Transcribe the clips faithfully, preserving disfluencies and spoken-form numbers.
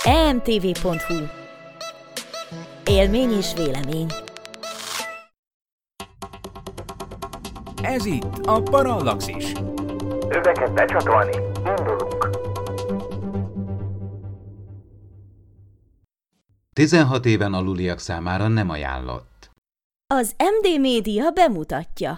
e em té vé pont hú. Élmény és vélemény. Ez itt a Parallaxis. Öveket becsatolni, indulunk. tizenhat éven aluliak számára nem ajánlott. Az em dé Média bemutatja.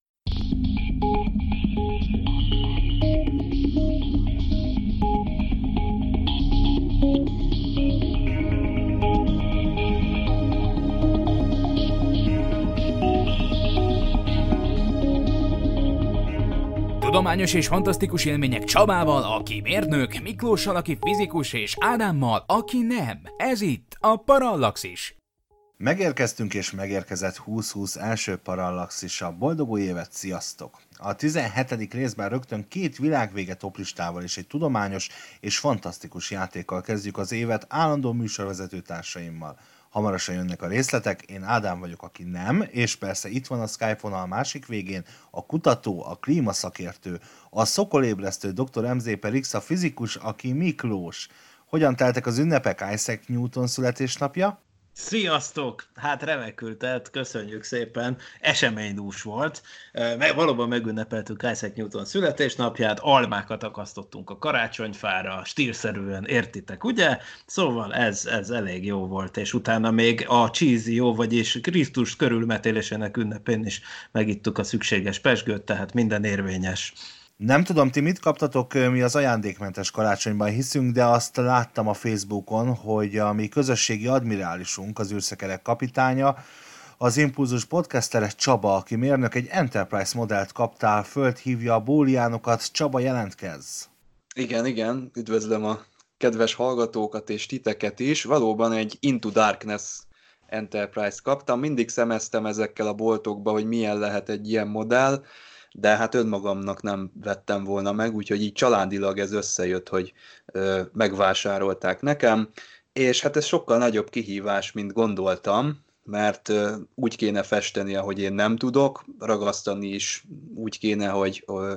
Tudományos és fantasztikus élmények Csabával, aki mérnök, Miklóssal, aki fizikus, és Ádámmal, aki nem. Ez itt a Parallaxis. Megérkeztünk és megérkezett húsz húsz első Parallaxisa. Boldog új évet, sziasztok! A tizenhetedik részben rögtön két világvége toplistával és egy tudományos és fantasztikus játékkal kezdjük az évet állandó műsorvezető társaimmal. Hamarosan jönnek a részletek, én Ádám vagyok, aki nem, és persze itt van a Skype vonal a másik végén a kutató, a klímaszakértő, a szokolébresztő doktor em zé per X, a fizikus, aki Miklós. Hogyan teltek az ünnepek? Isaac Newton születésnapja? Sziasztok! Hát remekül telt, köszönjük szépen, eseménydús volt. Meg, valóban megünnepeltük Isaac Newton születésnapját, almákat akasztottunk a karácsonyfára, stílszerűen, értitek, ugye? Szóval ez, ez elég jó volt, és utána még a cheesy jó, vagyis Krisztus körülmetélésének ünnepén is megittuk a szükséges pezsgőt, tehát minden érvényes. Nem tudom, ti mit kaptatok, mi az ajándékmentes karácsonyban hiszünk, de azt láttam a Facebookon, hogy a mi közösségi admirálisunk, az űrszekerek kapitánya, az Impulzus podcastere Csaba, aki mérnök, egy Enterprise modellt kaptál, földhívja a bóliánokat. Csaba, jelentkezz! Igen, igen, üdvözlöm a kedves hallgatókat és titeket is. Valóban egy Into Darkness Enterprise kaptam, mindig szemeztem ezekkel a boltokba, hogy milyen lehet egy ilyen modell, de hát önmagamnak nem vettem volna meg, úgyhogy így családilag ez összejött, hogy ö, megvásárolták nekem, és hát ez sokkal nagyobb kihívás, mint gondoltam, mert ö, úgy kéne festeni, ahogy én nem tudok, ragasztani is úgy kéne, hogy ö,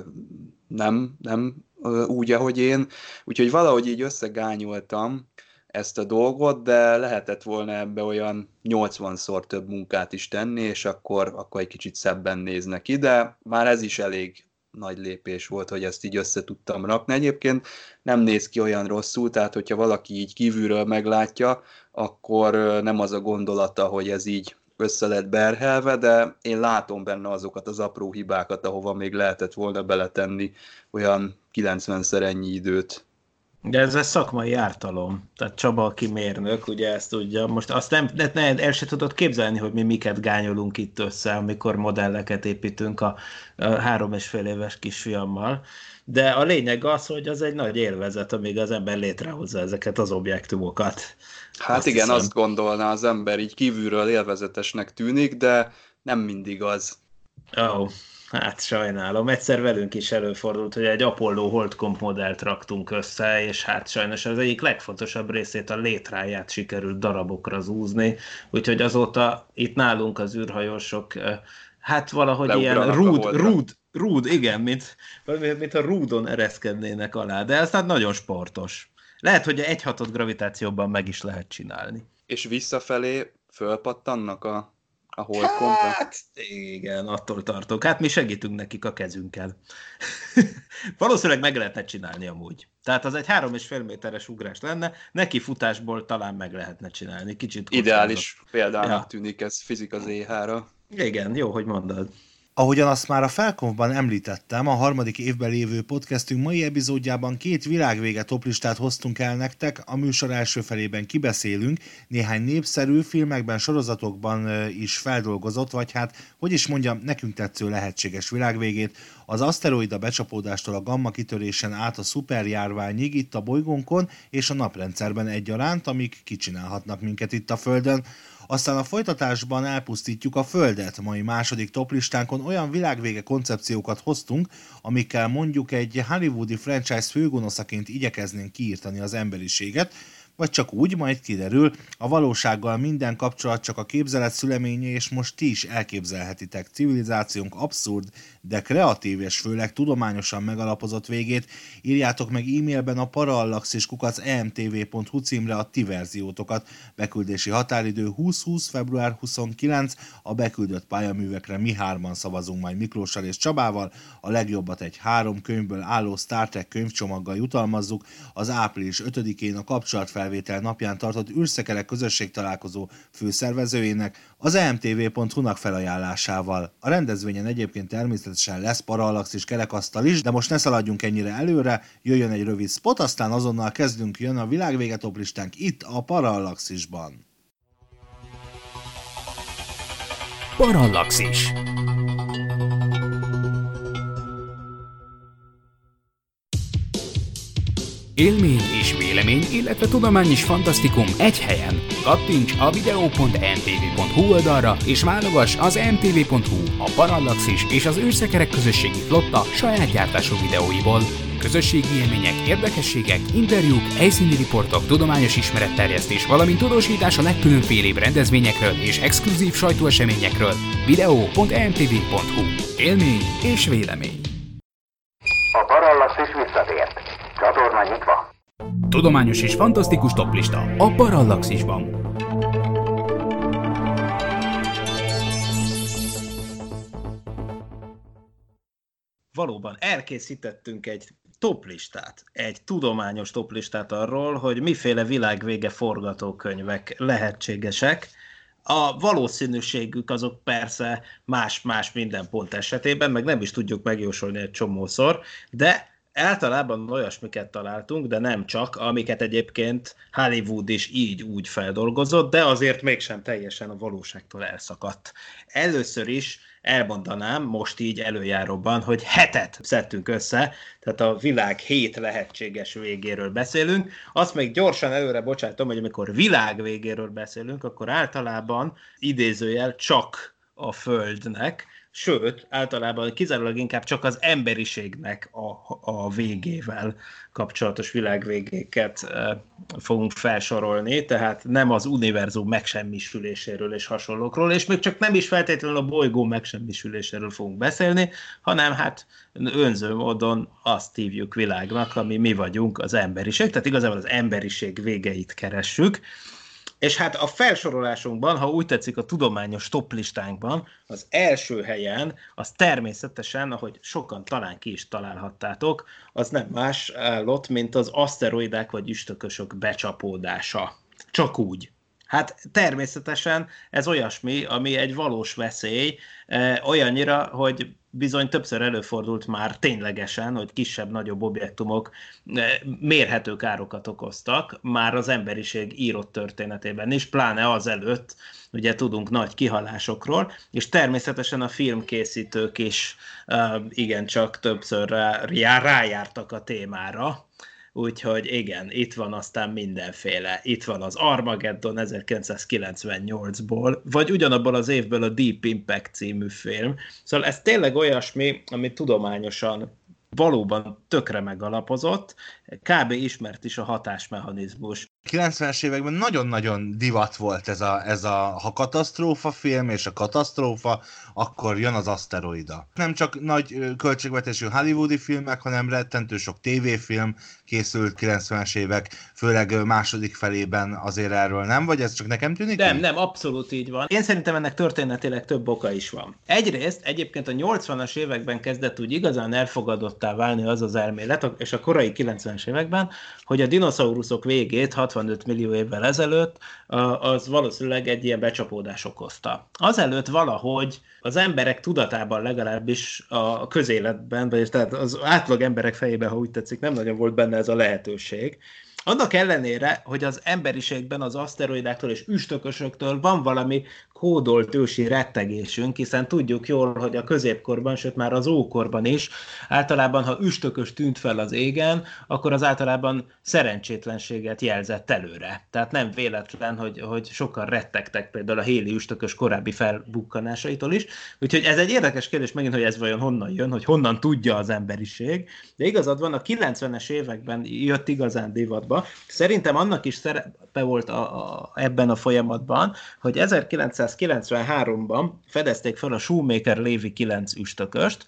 nem, nem ö, úgy, ahogy én, úgyhogy valahogy így összegányoltam ezt a dolgot, de lehetett volna ebbe olyan nyolcvanszor több munkát is tenni, és akkor, akkor egy kicsit szebben néznek ki, de már ez is elég nagy lépés volt, hogy ezt így össze tudtam rakni. Egyébként nem néz ki olyan rosszul, tehát hogyha valaki így kívülről meglátja, akkor nem az a gondolata, hogy ez így össze lett berhelve, de én látom benne azokat az apró hibákat, ahova még lehetett volna beletenni olyan kilencvenszer ennyi időt. De ez egy szakmai ártalom. Tehát Csaba, aki mérnök, ugye ezt tudja. Most azt nem, ne, el se tudod képzelni, hogy mi miket gányolunk itt össze, amikor modelleket építünk a, a három és fél éves kisfiammal. De a lényeg az, hogy az egy nagy élvezet, amíg az ember létrehozza ezeket az objektumokat. Hát azt igen, hiszem. azt gondolná az ember, így kívülről élvezetesnek tűnik, de nem mindig az. Ó, oh, hát sajnálom. Egyszer velünk is előfordult, hogy egy Apollo Holdcomp modellt raktunk össze, és hát sajnos az egyik legfontosabb részét, a létráját sikerült darabokra zúzni, úgyhogy azóta itt nálunk az űrhajósok, hát valahogy Leugranak ilyen a rúd, holdra. rúd, rúd, igen, mint, mint a rúdon ereszkednének alá, de ez hát nagyon sportos. Lehet, hogy egy hatott gravitációban meg is lehet csinálni. És visszafelé fölpattannak a, a holdkompra? Hát igen, attól tartok. Hát mi segítünk nekik a kezünkkel. Valószínűleg meg lehetne csinálni amúgy. Tehát az egy három és fél méteres ugrás lenne, neki futásból talán meg lehetne csinálni. Kicsit Ideális példának Ja. tűnik ez fizika zé há-ra. Igen, jó, hogy mondod. Ahogyan azt már a Felkonfban említettem, a harmadik évben lévő podcastünk mai epizódjában két világvége toplistát hoztunk el nektek, a műsor első felében kibeszélünk néhány népszerű filmekben, sorozatokban is feldolgozott, vagy hát, hogy is mondjam, nekünk tetsző lehetséges világvégét, az aszteroida becsapódástól a gamma kitörésen át a szuperjárványig itt a bolygónkon és a naprendszerben egyaránt, amik kicsinálhatnak minket itt a Földön. Aztán a folytatásban elpusztítjuk a Földet. Mai második toplistánkon olyan világvége koncepciókat hoztunk, amikkel mondjuk egy hollywoodi franchise főgonoszaként igyekeznénk kiírtani az emberiséget, vagy csak úgy, majd kiderül, a valósággal minden kapcsolat csak a képzelet szüleménye, és most ti is elképzelhetitek civilizációnk abszurd, de kreatív és főleg tudományosan megalapozott végét. Írjátok meg e-mailben a parallaxis kukac e m t v pont h u címre a ti verziótokat. Beküldési határidő húsz húsz február huszonkilenc, a beküldött pályaművekre mi hárman szavazunk majd Miklóssal és Csabával, a legjobbat egy három könyvből álló Star Trek könyvcsomaggal jutalmazzuk az április ötödikén a kapcsolatfelvétel napján tartott űrszekerek közösségtalálkozó főszervezőjének, az e m t v pont h u-nak felajánlásával. A rendezvényen egyébként természetesen lesz parallaxis kerekasztal is, de most ne szaladjunk ennyire előre, jöjjön egy rövid spot, aztán azonnal kezdünk, jön a világvége toplistánk itt a Parallaxisban. Parallaxis. Élmény és vélemény, illetve tudomány és fantasztikum egy helyen. Kattints a videó pont m t v pont h u oldalra és válogass az m t v pont h u, a Parallaxis és az űrszekerek közösségi flotta saját gyártású videóiból. Közösségi élmények, érdekességek, interjúk, helyszíni riportok, tudományos ismeretterjesztés, valamint tudósítás a legkülönfélébb rendezvényekről és exkluzív sajtóeseményekről. videó pont m t v pont h u. Élmény és vélemény. A Parallaxis visszatért. Csatorna nyitva. Tudományos és fantasztikus toplista a Parallaxisban. Valóban elkészítettünk egy toplistát, egy tudományos toplistát arról, hogy miféle világvége forgatókönyvek lehetségesek. A valószínűségük azok persze más-más minden pont esetében, meg nem is tudjuk megjósolni egy csomószor, de általában olyasmiket találtunk, de nem csak, amiket egyébként Hollywood is így-úgy feldolgozott, de azért mégsem teljesen a valóságtól elszakadt. Először is elmondanám most így előjáróban, hogy hetet szedtünk össze, tehát a világ hét lehetséges végéről beszélünk. Azt még gyorsan előre bocsátom, hogy amikor világ végéről beszélünk, akkor általában idézőjel csak a Földnek, sőt, általában kizárólag inkább csak az emberiségnek a, a végével kapcsolatos világvégéket e, fogunk felsorolni, tehát nem az univerzum megsemmisüléséről és hasonlókról, és még csak nem is feltétlenül a bolygó megsemmisüléséről fogunk beszélni, hanem hát önző módon azt hívjuk világnak, ami mi vagyunk, az emberiség, tehát igazából az emberiség végeit keressük. És hát a felsorolásunkban, ha úgy tetszik a tudományos toplistánkban, az első helyen, az természetesen, ahogy sokan talán ki is találhattátok, az nem más állott, mint az aszteroidák vagy üstökösök becsapódása. Csak úgy. Hát természetesen ez olyasmi, ami egy valós veszély, olyannyira, hogy bizony többször előfordult már ténylegesen, hogy kisebb-nagyobb objektumok mérhető károkat okoztak, már az emberiség írott történetében is, pláne azelőtt, ugye tudunk nagy kihalásokról, és természetesen a filmkészítők is igencsak többször rá, rájártak a témára. Úgyhogy igen, itt van aztán mindenféle. Itt van az Armageddon ezerkilencszázkilencvennyolcból, vagy ugyanabból az évből a Deep Impact című film. Szóval ez tényleg olyasmi, ami tudományosan valóban tökre megalapozott, kb. Ismert is a hatásmechanizmus. kilencvenes években nagyon-nagyon divat volt ez a, ez a ha katasztrófa film, és a katasztrófa, akkor jön az aszteroida. Nem csak nagy költségvetésű hollywoodi filmek, hanem rettentő sok tévéfilm készült kilencvenes évek, főleg második felében azért erről nem, vagy ez csak nekem tűnik? Nem, így? nem, abszolút így van. Én szerintem ennek történetileg több oka is van. Egyrészt egyébként a nyolcvanas években kezdett úgy igazán elfogadottá válni az az elmélet, és a korai kilencvenes években, hogy a dinoszauruszok végét hatvanöt millió évvel ezelőtt az valószínűleg egy ilyen becsapódás okozta. Azelőtt valahogy az emberek tudatában legalábbis a közéletben, vagy tehát az átlag emberek fejében, ha úgy tetszik, nem nagyon volt benne ez a lehetőség. Annak ellenére, hogy az emberiségben az aszteroidáktól és üstökösöktől van valami kódolt ősi rettegésünk, hiszen tudjuk jól, hogy a középkorban, sőt már az ókorban is, általában ha üstökös tűnt fel az égen, akkor az általában szerencsétlenséget jelzett előre. Tehát nem véletlen, hogy, hogy sokan rettegtek például a héli üstökös korábbi felbukkanásaitól is. Úgyhogy ez egy érdekes kérdés megint, hogy ez vajon honnan jön, hogy honnan tudja az emberiség. De igazad van, a kilencvenes években jött igazán divatba, írva. Szerintem annak is szerepe volt a, a, ebben a folyamatban, hogy ezerkilencszázkilencvenháromban fedezték fel a Shoemaker-Levy kilenc üstököst,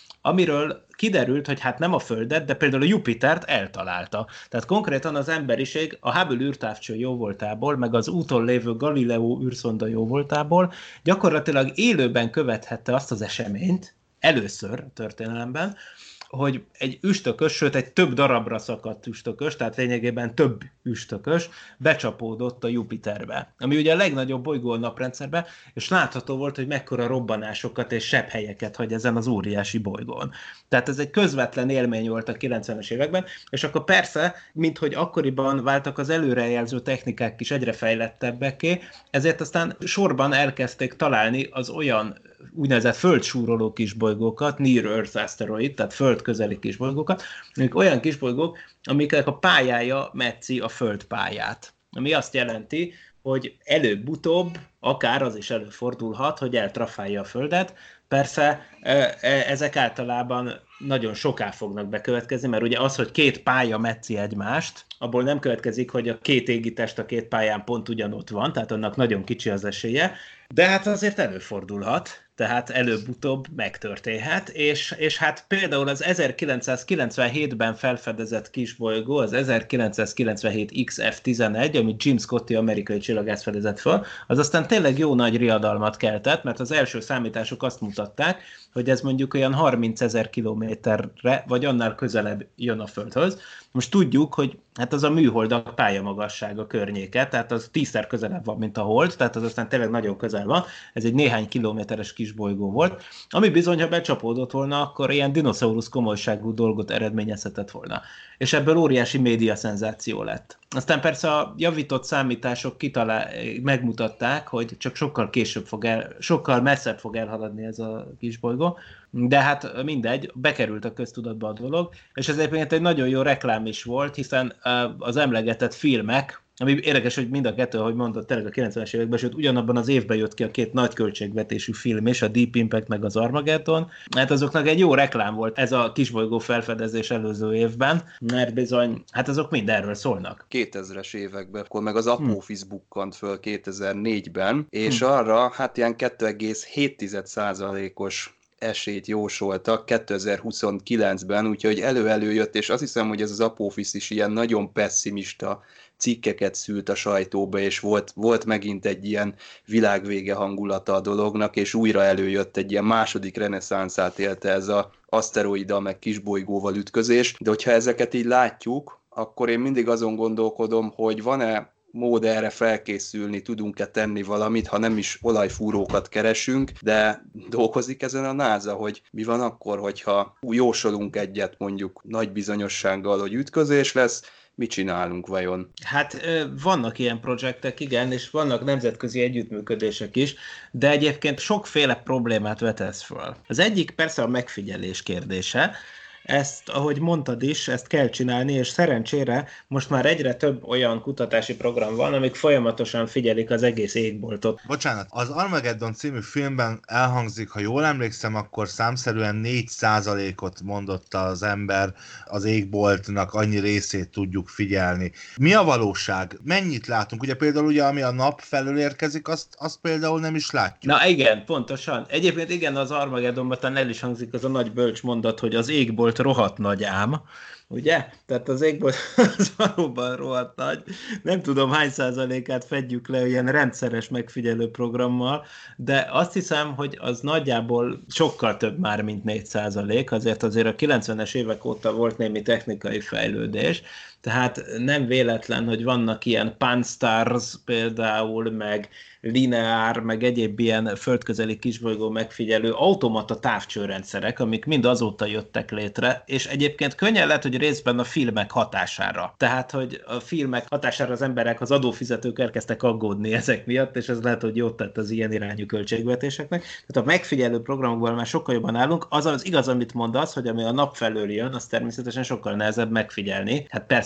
amiről kiderült, hogy hát nem a Földet, de például a Jupitert eltalálta. Tehát konkrétan az emberiség a Hubble űrtávcső jóvoltából, meg az úton lévő Galileo űrszonda jóvoltából gyakorlatilag élőben követhette azt az eseményt, először a történelemben, hogy egy üstökös, sőt egy több darabra szakadt üstökös, tehát lényegében több üstökös becsapódott a Jupiterbe, ami ugye a legnagyobb bolygó a naprendszerben, és látható volt, hogy mekkora robbanásokat és sebhelyeket hagy ezen az óriási bolygón. Tehát ez egy közvetlen élmény volt a kilencvenes években, és akkor persze, minthogy akkoriban váltak az előrejelző technikák is egyre fejlettebbeké, ezért aztán sorban elkezdték találni az olyan úgynevezett földsúroló kisbolygókat, Near Earth Asteroid, tehát föld közeli kisbolygókat, amik olyan kisbolygók, amiknek a pályája metszi a föld pályát. Ami azt jelenti, hogy előbb-utóbb akár az is előfordulhat, hogy eltrafálja a Földet. Persze ezek általában nagyon soká fognak bekövetkezni, mert ugye az, hogy két pálya metszi egymást, abból nem következik, hogy a két égitest a két pályán pont ugyanott van, tehát annak nagyon kicsi az esélye, de hát azért előfordulhat, tehát előbb-utóbb megtörténhet, és, és hát például az ezerkilencszázkilencvenhétben felfedezett kisbolygó, az ezerkilencszázkilencvenhét X F tizenegy, amit Jim Scotty amerikai csillagász fedezett fel, az aztán tényleg jó nagy riadalmat keltett, mert az első számítások azt mutatták, hogy ez mondjuk olyan harmincezer kilométerre, vagy annál közelebb jön a Földhöz. Most tudjuk, hogy hát az a műholdak pályamagassága környéke, tehát az tízszer közelebb van, mint a Hold, tehát az aztán tényleg nagyon közel van. Ez egy néhány kilométeres kisbolygó volt, ami bizony, ha becsapódott volna, akkor ilyen dinoszaurusz komolyságú dolgot eredményezhetett volna. És ebből óriási média szenzáció lett. Aztán persze a javított számítások kitalál, megmutatták, hogy csak sokkal később fog el, sokkal messzebb fog elhaladni ez a kisbolygó, de hát mindegy, bekerült a köztudatba a dolog, és ez egyébként egy nagyon jó reklám is volt, hiszen az emlegetett filmek, ami érdekes, hogy mind a kettő, ahogy mondott, tényleg a kilencvenes években, sőt ugyanabban az évben jött ki a két nagy költségvetésű film és a Deep Impact meg az Armageddon. Hát azoknak egy jó reklám volt ez a kisbolygó felfedezés előző évben, mert bizony, hát azok mind erről szólnak. kétezres években, akkor meg az Apophis hmm. bukkant föl kétezer-négyben, és hmm. arra hát ilyen kettő egész hét százalékos esélyt jósoltak kétezer-huszonkilencben, úgyhogy elő-elő jött, és azt hiszem, hogy ez az Apophis is ilyen nagyon pessimista cikkeket szült a sajtóba, és volt, volt megint egy ilyen világvége hangulata a dolognak, és újra előjött egy ilyen második reneszánszát élte ez az aszteroida meg kisbolygóval ütközés, de hogyha ezeket így látjuk, akkor én mindig azon gondolkodom, hogy van-e mód erre felkészülni, tudunk-e tenni valamit, ha nem is olajfúrókat keresünk, de dolgozik ezen a NASA, hogy mi van akkor, hogyha jósolunk egyet mondjuk nagy bizonyossággal, hogy ütközés lesz, mit csinálunk vajon? Hát vannak ilyen projektek, igen, és vannak nemzetközi együttműködések is, de egyébként sokféle problémát vetesz föl. Az egyik persze a megfigyelés kérdése. Ezt, ahogy mondtad is, ezt kell csinálni, és szerencsére most már egyre több olyan kutatási program van, amik folyamatosan figyelik az egész égboltot. Bocsánat, az Armageddon című filmben elhangzik, ha jól emlékszem, akkor számszerűen négy százalékot mondott az ember, az égboltnak annyi részét tudjuk figyelni. Mi a valóság? Mennyit látunk? Ugye például ugye, ami a nap felől érkezik, azt, azt például nem is látjuk. Na igen, pontosan. Egyébként igen, az Armageddonban talán el is hangzik az a nagy bölcs mondat, hogy az égbolt rohadt nagy ám, ugye? Tehát az égbolt az valóban rohadt nagy. Nem tudom, hány százalékát fedjük le ilyen rendszeres megfigyelő programmal, de azt hiszem, hogy az nagyjából sokkal több már, mint négy százalék, azért azért a kilencvenes évek óta volt némi technikai fejlődés, tehát nem véletlen, hogy vannak ilyen Pan-STARRS például, meg lineár, meg egyéb ilyen földközeli kisbolygó megfigyelő automata távcsőrendszerek, amik mind azóta jöttek létre, és egyébként könnyen lehet, hogy részben a filmek hatására. Tehát, hogy a filmek hatására az emberek, az adófizetők elkezdtek aggódni ezek miatt, és ez lehet, hogy jót tett az ilyen irányú költségvetéseknek. Tehát a megfigyelő programokban már sokkal jobban állunk. Az az igaz, amit mondasz, hogy ami a nap felől jön, az természetesen sokkal nehezebb megfigyelni. Hát persze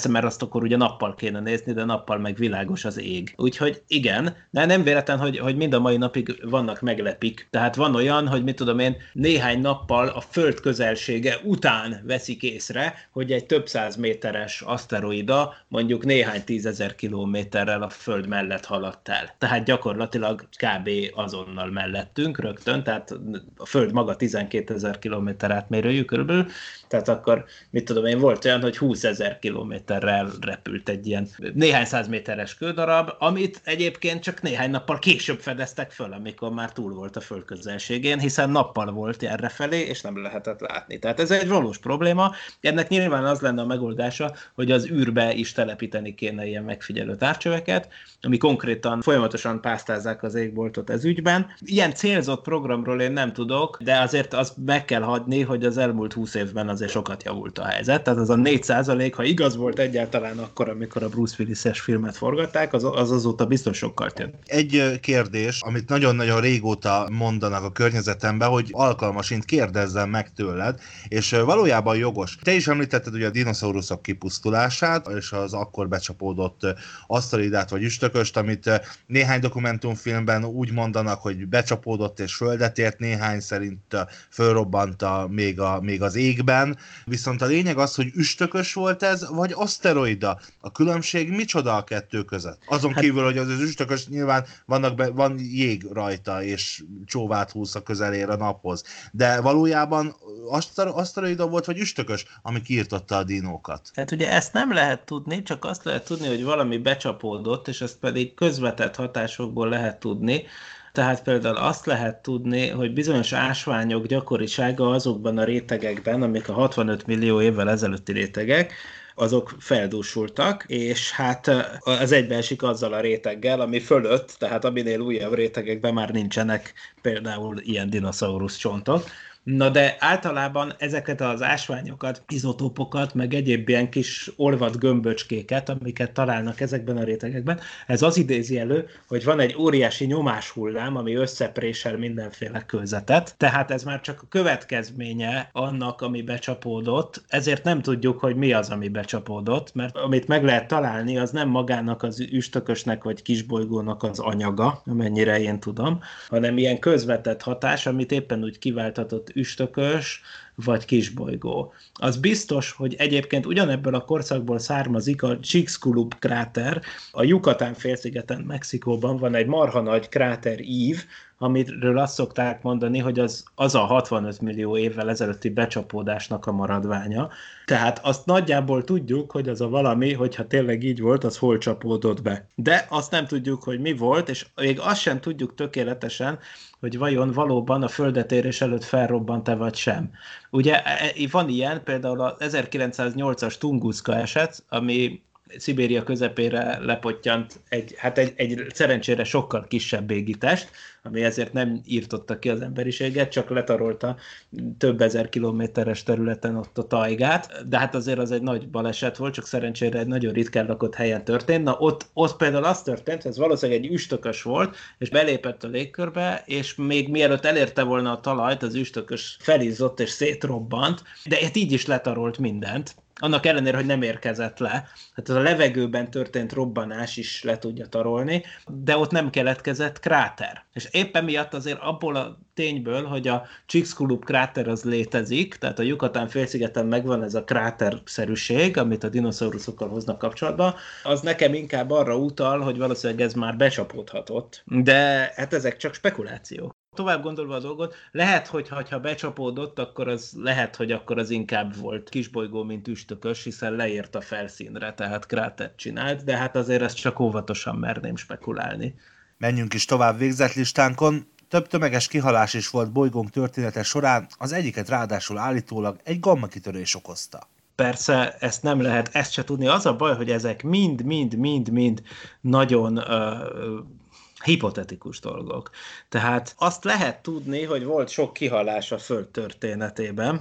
Persze, mert azt akkor ugye nappal kéne nézni, de nappal meg világos az ég. Úgyhogy igen, de nem véletlen, hogy, hogy mind a mai napig vannak meglepik. Tehát van olyan, hogy mit tudom én, néhány nappal a Föld közelsége után veszik észre, hogy egy több száz méteres aszteroida mondjuk néhány tízezer kilométerrel a Föld mellett haladt el. Tehát gyakorlatilag kb. Azonnal mellettünk rögtön, tehát a Föld maga tizenkétezer kilométer átmérőjű körülbelül, tehát akkor, mit tudom én, volt olyan, hogy húszezer kilométerrel repült egy ilyen néhány száz méteres kődarab, amit egyébként csak néhány nappal később fedeztek föl, amikor már túl volt a Föld közelségén, hiszen nappal volt errefelé, és nem lehetett látni. Tehát ez egy valós probléma. Ennek nyilván az lenne a megoldása, hogy az űrbe is telepíteni kéne ilyen megfigyelő távcsöveket, ami konkrétan folyamatosan pásztázzák az égboltot ez ügyben. Ilyen célzott programról én nem tudok, de azért azt meg kell hagyni, hogy az elmúlt húsz évben azért sokat javult a helyzet. Tehát az a négy százalék, ha igaz volt egyáltalán akkor, amikor a Bruce Willis-es filmet forgatták, az, az azóta biztos sokkal több. Egy kérdés, amit nagyon-nagyon régóta mondanak a környezetemben, hogy alkalmasint kérdezzem meg tőled, és valójában jogos. Te is említetted ugye a dinoszauruszok kipusztulását, és az akkor becsapódott aszteroidát vagy üstököst, amit néhány dokumentumfilmben úgy mondanak, hogy becsapódott és földet ért, néhány szerint fölrobbant a, még, a, még az égben. Viszont a lényeg az, hogy üstökös volt ez, vagy aszteroida. A különbség micsoda a kettő között? Azon hát, kívül, hogy az, az üstökös nyilván vannak be, van jég rajta, és csóvát húz a közelére a naphoz. De valójában aszteroida volt, vagy üstökös, ami kiirtotta a dinókat? Tehát ugye ezt nem lehet tudni, csak azt lehet tudni, hogy valami becsapódott, és ezt pedig közvetett hatásokból lehet tudni. Tehát például azt lehet tudni, hogy bizonyos ásványok gyakorisága azokban a rétegekben, amik a hatvanöt millió évvel ezelőtti rétegek, azok feldúsultak, és hát az egybeesik azzal a réteggel, ami fölött, tehát aminél újabb rétegekben már nincsenek például ilyen dinoszaurusz csontok. Na de általában ezeket az ásványokat, izotópokat, meg egyéb ilyen kis olvad gömböcskéket, amiket találnak ezekben a rétegekben, ez az idézi elő, hogy van egy óriási nyomáshullám, ami összeprésel mindenféle kőzetet, tehát ez már csak a következménye annak, ami becsapódott, ezért nem tudjuk, hogy mi az, ami becsapódott, mert amit meg lehet találni, az nem magának az üstökösnek vagy kisbolygónak az anyaga, amennyire én tudom, hanem ilyen közvetett hatás, amit éppen úgy kiváltatott üstökös vagy kisbolygó. Az biztos, hogy egyébként ugyanebből a korszakból származik a Chicxulub kráter. A Yucatán félszigeten, Mexikóban van egy marha nagy kráter ív, amiről azt szokták mondani, hogy az, az a hatvanöt millió évvel ezelőtti becsapódásnak a maradványa. Tehát azt nagyjából tudjuk, hogy az a valami, hogyha tényleg így volt, az hol csapódott be. De azt nem tudjuk, hogy mi volt, és még azt sem tudjuk tökéletesen, hogy vajon valóban a földetérés előtt felrobbant-e vagy sem. Ugye van ilyen, például az ezerkilencszáznyolcas Tunguszka eset, ami Szibéria közepére lepottyant egy, hát egy, egy szerencsére sokkal kisebb égitest, ami ezért nem írtotta ki az emberiséget, csak letarolta több ezer kilométeres területen ott a tajgát, de hát azért az egy nagy baleset volt, csak szerencsére egy nagyon ritkán lakott helyen történt. Na ott, ott például az történt, ez valószínűleg egy üstökös volt, és belépett a légkörbe, és még mielőtt elérte volna a talajt, az üstökös felizzott és szétrobbant, de hát így is letarolt mindent. Annak ellenére, hogy nem érkezett le. Hát az a levegőben történt robbanás is le tudja tarolni, de ott nem keletkezett kráter. És éppen miatt azért abból a tényből, hogy a Chicxulub kráter az létezik, tehát a Yucatán félszigeten megvan ez a kráterszerűség, amit a dinoszauruszokkal hoznak kapcsolatba, az nekem inkább arra utal, hogy valószínűleg ez már becsapódhatott. De hát ezek csak spekulációk. Tovább gondolva a dolgot, lehet, hogy ha becsapódott, akkor az lehet, hogy akkor az inkább volt kisbolygó, mint üstökös, hiszen leért a felszínre, tehát krátert csinált, de hát azért ezt csak óvatosan merném spekulálni. Menjünk is tovább végzetlistánkon. Több tömeges kihalás is volt bolygónk története során, az egyiket ráadásul állítólag egy gammakitörés okozta. Persze ezt nem lehet, ezt se tudni. Az a baj, hogy ezek mind-mind-mind-mind nagyon uh, hipotetikus dolgok. Tehát azt lehet tudni, hogy volt sok kihalás a Föld történetében.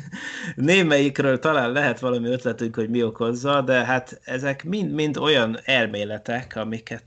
Némelyikről talán lehet valami ötletünk, hogy mi okozza, de hát ezek mind-mind olyan elméletek, amiket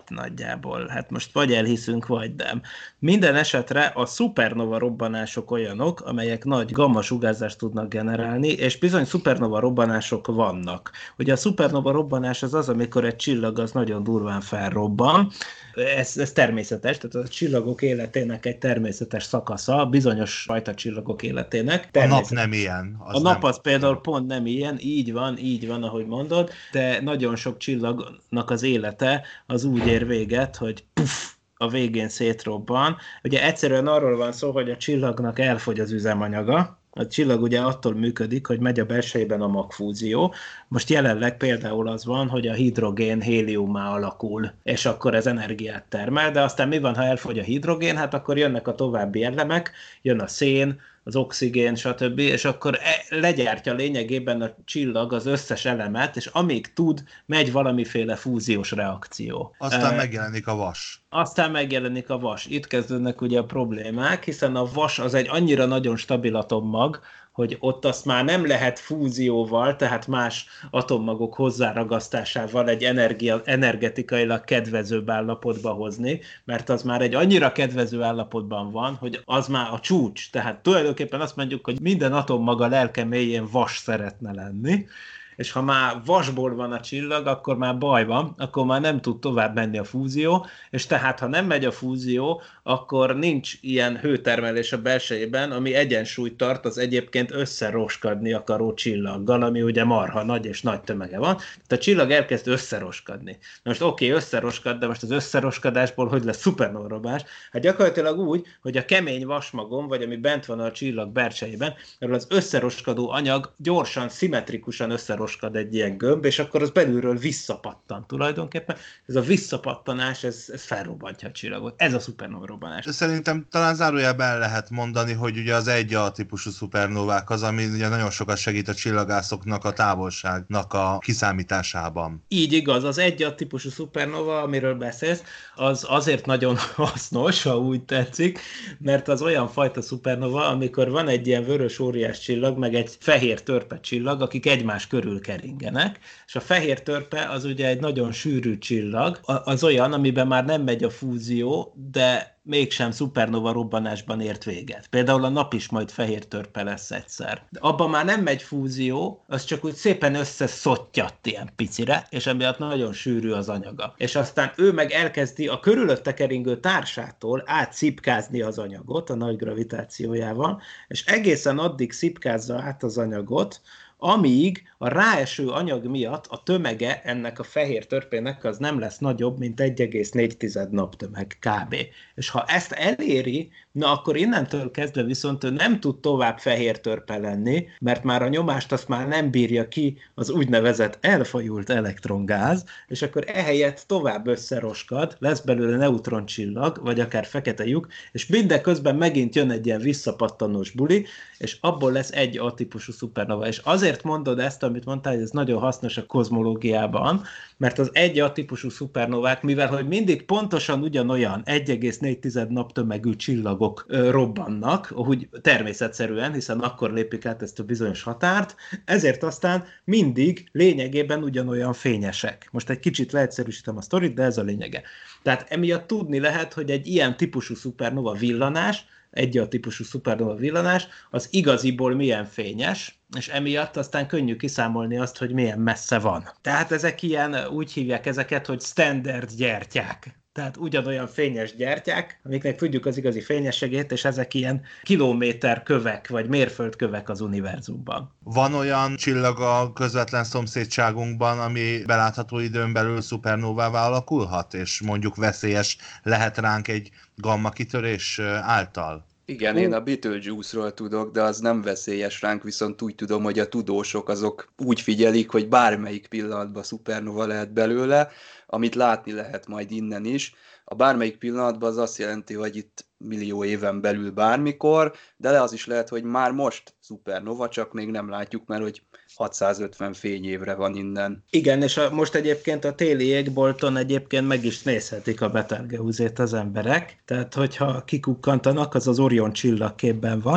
nagyjából. Hát most vagy elhiszünk, vagy nem. Minden esetre a szupernova robbanások olyanok, amelyek nagy gamma sugárzást tudnak generálni, és bizony szupernova robbanások vannak. Ugye a szupernova robbanás az az, amikor egy csillag az nagyon durván felrobban. Ez, ez természetes, tehát a csillagok életének egy természetes szakasza, bizonyos fajta csillagok életének. A nap nem ilyen. Az a nap nem... az például pont nem ilyen, így van, így van, ahogy mondod, de nagyon sok csillagnak az élete az úgy ér véget, hogy puff, a végén szétrobban. Ugye egyszerűen arról van szó, hogy a csillagnak elfogy az üzemanyaga. A csillag ugye attól működik, hogy megy a belsejében a magfúzió. Most jelenleg például az van, hogy a hidrogén héliummá alakul, és akkor ez energiát termel, de aztán mi van, ha elfogy a hidrogén? Hát akkor jönnek a további elemek, jön a szén, az oxigén, stb., és akkor legyártja lényegében a csillag az összes elemet, és amíg tud, megy valamiféle fúziós reakció. Aztán uh, megjelenik a vas. Aztán megjelenik a vas. Itt kezdődnek ugye a problémák, hiszen a vas az egy annyira nagyon stabil atommag, hogy ott azt már nem lehet fúzióval, tehát más atommagok hozzáragasztásával egy energia, energetikailag kedvezőbb állapotba hozni, mert az már egy annyira kedvező állapotban van, hogy az már a csúcs. Tehát tulajdonképpen azt mondjuk, hogy minden atommag a lelke mélyén vas szeretne lenni, és ha már vasból van a csillag, akkor már baj van, akkor már nem tud tovább menni a fúzió, és tehát ha nem megy a fúzió, akkor nincs ilyen hőtermelés a belsejében, ami egyensúlyt tart az egyébként összeroskadni akaró csillaggal, ami ugye marha nagy és nagy tömege van. Tehát a csillag elkezd összeroskadni. Na most oké, okay, összeroskad, de most az összeroskadásból hogy lesz szupernova-robbás? Hát gyakorlatilag úgy, hogy a kemény vasmagon, vagy ami bent van a csillag belsejében, arról az összeroskadó anyag gyorsan, szimmetrikusan összeroskad egy ilyen gömb, és akkor az belülről visszapattan tulajdonképpen. Ez a visszapattanás, ez, ez felrobbantja a csillagot. Ez a szupernova robbanás. Szerintem talán zárójelben el lehet mondani, hogy ugye az egy A típusú szupernovák az, ami ugye nagyon sokat segít a csillagászoknak a távolságnak a kiszámításában. Így igaz, az egy A típusú szupernova, amiről beszélsz, az azért nagyon hasznos, ha úgy tetszik, mert az olyan fajta szupernova, amikor van egy ilyen vörös óriás csillag, meg egy fehér törpe csillag, akik egymás körül keringenek, és a fehér törpe az ugye egy nagyon sűrű csillag, az olyan, amiben már nem megy a fúzió, de mégsem szupernova robbanásban ért véget. Például a nap is majd fehér törpe lesz egyszer. De abban már nem megy fúzió, az csak úgy szépen összeszottyat ilyen picire, és emiatt nagyon sűrű az anyaga. És aztán ő meg elkezdi a körülötte keringő társától átszipkázni az anyagot a nagy gravitációjával, és egészen addig szipkázza át az anyagot, amíg a ráeső anyag miatt a tömege ennek a fehér törpének az nem lesz nagyobb, mint egy egész négy naptömeg kb. És ha ezt eléri, na akkor innentől kezdve viszont ő nem tud tovább fehér törpe lenni, mert már a nyomást azt már nem bírja ki az úgynevezett elfajult elektrongáz, és akkor ehelyett tovább összeroskad, lesz belőle neutroncsillag, vagy akár fekete lyuk, és mindeközben megint jön egy ilyen visszapattanós buli, és abból lesz egy A-típusú szupernova. És azért mondod ezt, amit mondtál, hogy ez nagyon hasznos a kozmológiában, mert az egy A-típusú szupernovák, mivel hogy mindig pontosan ugyanolyan egy egész négy naptömegű csillagok ö, robbannak, úgy természetszerűen, hiszen akkor lépik át ezt a bizonyos határt, ezért aztán mindig lényegében ugyanolyan fényesek. Most egy kicsit leegyszerűsítem a sztorit, de ez a lényege. Tehát emiatt tudni lehet, hogy egy ilyen típusú szupernova villanás, egy A típusú szupernova villanás, az igaziból milyen fényes, és emiatt aztán könnyű kiszámolni azt, hogy milyen messze van. Tehát ezek ilyen, úgy hívják ezeket, hogy standard gyertyák. Tehát ugyanolyan fényes gyertyák, amiknek tudjuk az igazi fényességét, és ezek ilyen kilométerkövek, vagy mérföldkövek az univerzumban. Van olyan csillag a közvetlen szomszédságunkban, ami belátható időn belül szupernóvává alakulhat, és mondjuk veszélyes lehet ránk egy gamma kitörés által? Igen, én a Betelgeuse-ról tudok, de az nem veszélyes ránk, viszont úgy tudom, hogy a tudósok azok úgy figyelik, hogy bármelyik pillanatban szupernova lehet belőle, amit látni lehet majd innen is. A bármelyik pillanatban az azt jelenti, hogy itt millió éven belül bármikor, de le az is lehet, hogy már most szupernova, csak még nem látjuk, mert hogy hatszázötven fényévre van innen. Igen, és a, most egyébként a téli égbolton egyébként meg is nézhetik a Betelgeuse-ét az emberek, tehát hogyha kikukkantanak, az az Orion csillagképben van,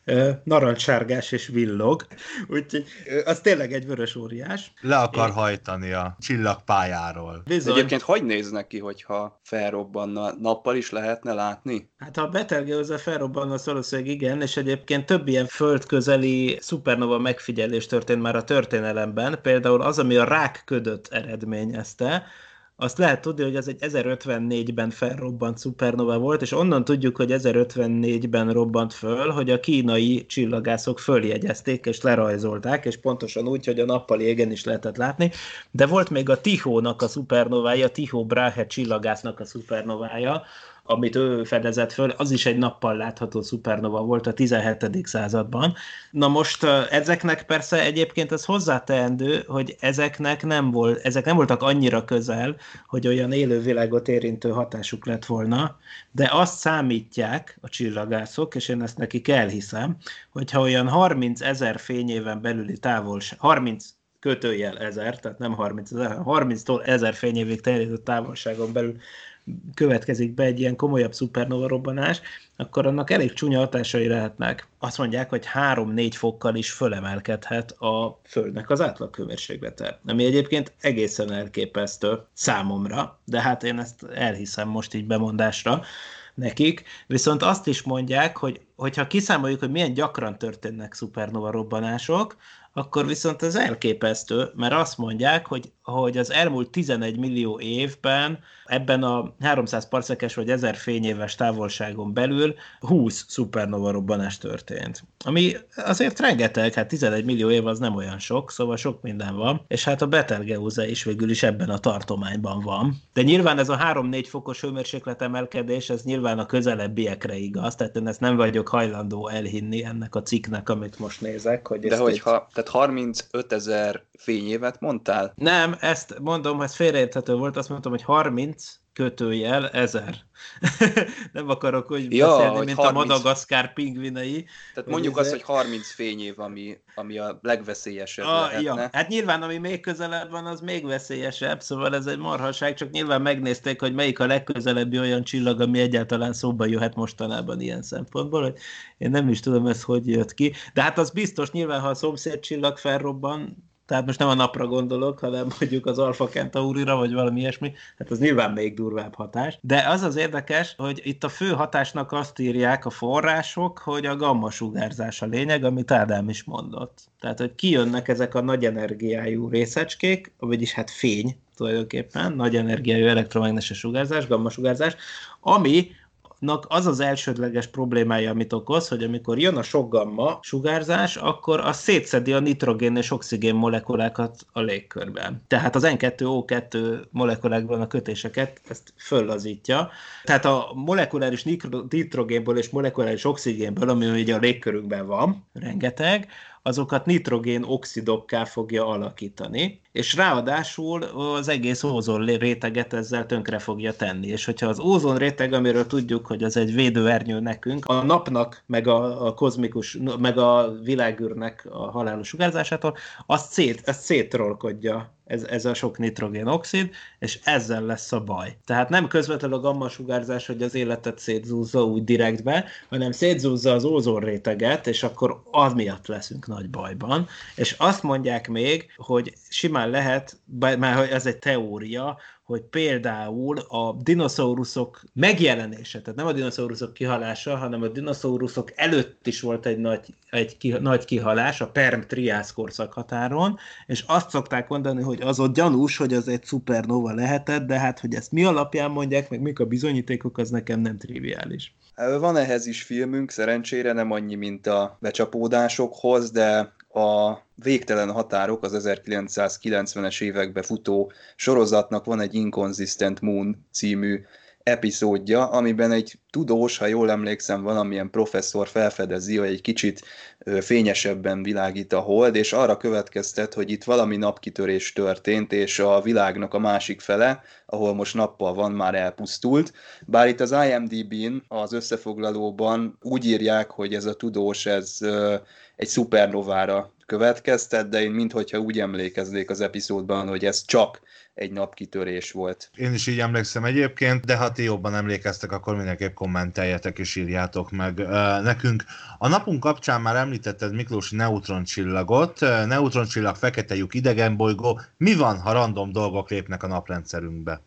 narancssárgás és villog, úgyhogy az tényleg egy vörös óriás. Le akar Én... hajtani a csillagpályáról. Bizony. Egyébként hogy néznek ki, hogyha felrobbanna? Nappal is lehetne látni? Hát ha a Betelgeuse felrobbanna, az valószínűleg igen, és egyébként több ilyen földközeli szupernova megfigyelés történt már a történelemben, például az, ami a rákködöt eredményezte, azt lehet tudni, hogy ez egy ezerötvennégyben felrobbant szupernova volt, és onnan tudjuk, hogy ezerötvennégyben robbant föl, hogy a kínai csillagászok följegyezték és lerajzolták, és pontosan úgy, hogy a nappali égen is lehetett látni, de volt még a Tychónak a szupernovája, Tycho Brahe csillagásznak a szupernovája, amit ő fedezett föl, az is egy nappal látható szupernova volt a tizenhetedik században. Na most ezeknek persze egyébként ez hozzáteendő, hogy ezeknek nem volt, ezek nem voltak annyira közel, hogy olyan élővilágot érintő hatásuk lett volna, de azt számítják a csillagászok, és én ezt nekik elhiszem, hogyha olyan harmincezer fényéven belüli távolság, harminc kötőjel ezer, tehát nem harmincezer, harminctól ezer fényévig terjedő távolságon belül következik be egy ilyen komolyabb szupernova robbanás, akkor annak elég csúnya hatásai lehetnek. Azt mondják, hogy három-négy fokkal is fölemelkedhet a Földnek az átlaghőmérséklete. Ami egyébként egészen elképesztő számomra, de hát én ezt elhiszem most így bemondásra nekik. Viszont azt is mondják, hogy hogyha kiszámoljuk, hogy milyen gyakran történnek szupernova robbanások, akkor viszont ez elképesztő, mert azt mondják, hogy, hogy az elmúlt tizenegy millió évben ebben a háromszáz parszekes vagy ezer fényéves távolságon belül húsz szupernova robbanás történt. Ami azért rengeteg, hát tizenegy millió év az nem olyan sok, szóval sok minden van, és hát a Betelgeuse is végül is ebben a tartományban van. De nyilván ez a három-négy fokos hőmérséklet emelkedés, ez nyilván a közelebbiekre igaz, tehát én ezt nem vagyok hajlandó elhinni ennek a cikknek, amit most nézek. Hogy De hogyha, egy... tehát harmincötezer fényévet mondtál? Nem, ezt mondom, ez félreérthető volt, azt mondtam, hogy harminc kötőjel ezer. Nem akarok úgy ja, beszélni, mint harminc... a Madagaszkár pingvinei. Tehát mondjuk azt, hogy harminc fényév, ami, ami a legveszélyesebb a, lehetne. Ja. Hát nyilván, ami még közelebb van, az még veszélyesebb, szóval ez egy marhaság, csak nyilván megnézték, hogy melyik a legközelebbi olyan csillag, ami egyáltalán szóba jöhet mostanában ilyen szempontból, hogy én nem is tudom, ez hogy jött ki. De hát az biztos, nyilván, ha a szomszéd csillag felrobban, tehát most nem a napra gondolok, hanem mondjuk az Alpha Centaurira, vagy valami ilyesmi, hát az nyilván még durvább hatás. De az az érdekes, hogy itt a fő hatásnak azt írják a források, hogy a gamma-sugárzás a lényeg, amit Ádám is mondott. Tehát, hogy kijönnek ezek a nagy energiájú részecskék, vagyis hát fény tulajdonképpen, nagy energiájú elektromágneses sugárzás, gamma-sugárzás, ami az az elsődleges problémája, amit okoz, hogy amikor jön a sok gamma sugárzás, akkor az szétszedi a nitrogén és oxigén molekulákat a légkörben. Tehát az en kettő o kettő molekulákban a kötéseket ezt föllazítja. Tehát a molekuláris nitrogénből és molekuláris oxigénből, ami ugye a légkörünkben van, rengeteg, azokat nitrogén oxidokká fogja alakítani, és ráadásul az egész ózon réteget ezzel tönkre fogja tenni. És hogyha az ózon réteg, amiről tudjuk, hogy az egy védőernyő nekünk, a napnak, meg a, a kozmikus, meg a világűrnek a halálos sugárzásától, azt, szét, azt szétrolkodja ez, ez a sok nitrogén-oxid, és ezzel lesz a baj. Tehát nem közvetlenül a gamma-sugárzás, hogy az életet szétzúzza úgy direktbe, hanem szétzúzza az ózonréteget, és akkor az miatt leszünk nagy bajban. És azt mondják még, hogy simán lehet, már ez egy teória, hogy például a dinoszauruszok megjelenése, tehát nem a dinoszauruszok kihalása, hanem a dinoszauruszok előtt is volt egy nagy, egy ki, nagy kihalás a Perm-Triász korszakhatáron, és azt szokták mondani, hogy az ott gyanús, hogy az egy szupernova lehetett, de hát, hogy ezt mi alapján mondják, meg mik a bizonyítékok, az nekem nem triviális. Van ehhez is filmünk, szerencsére nem annyi, mint a becsapódásokhoz, de a Végtelen határok, az ezerkilencszázkilencvenes évekbe futó sorozatnak van egy Inconsistent Moon című epizódja, amiben egy tudós, ha jól emlékszem, valamilyen professzor felfedezi, hogy egy kicsit fényesebben világít a hold, és arra következtet, hogy itt valami napkitörés történt, és a világnak a másik fele, ahol most nappal van, már elpusztult. Bár itt az I M D B-n, az összefoglalóban úgy írják, hogy ez a tudós, ez egy szupernovára következtet, de én minthogyha úgy emlékeznék az epizódban, hogy ez csak egy napkitörés volt. Én is így emlékszem egyébként, de ha ti jobban emlékeztek, akkor mindenképp kommenteljetek és írjátok meg uh, nekünk. A napunk kapcsán már említetted Miklósi neutroncsillagot, uh, neutroncsillag, fekete lyuk, idegenbolygó. Mi van, ha random dolgok lépnek a naprendszerünkbe?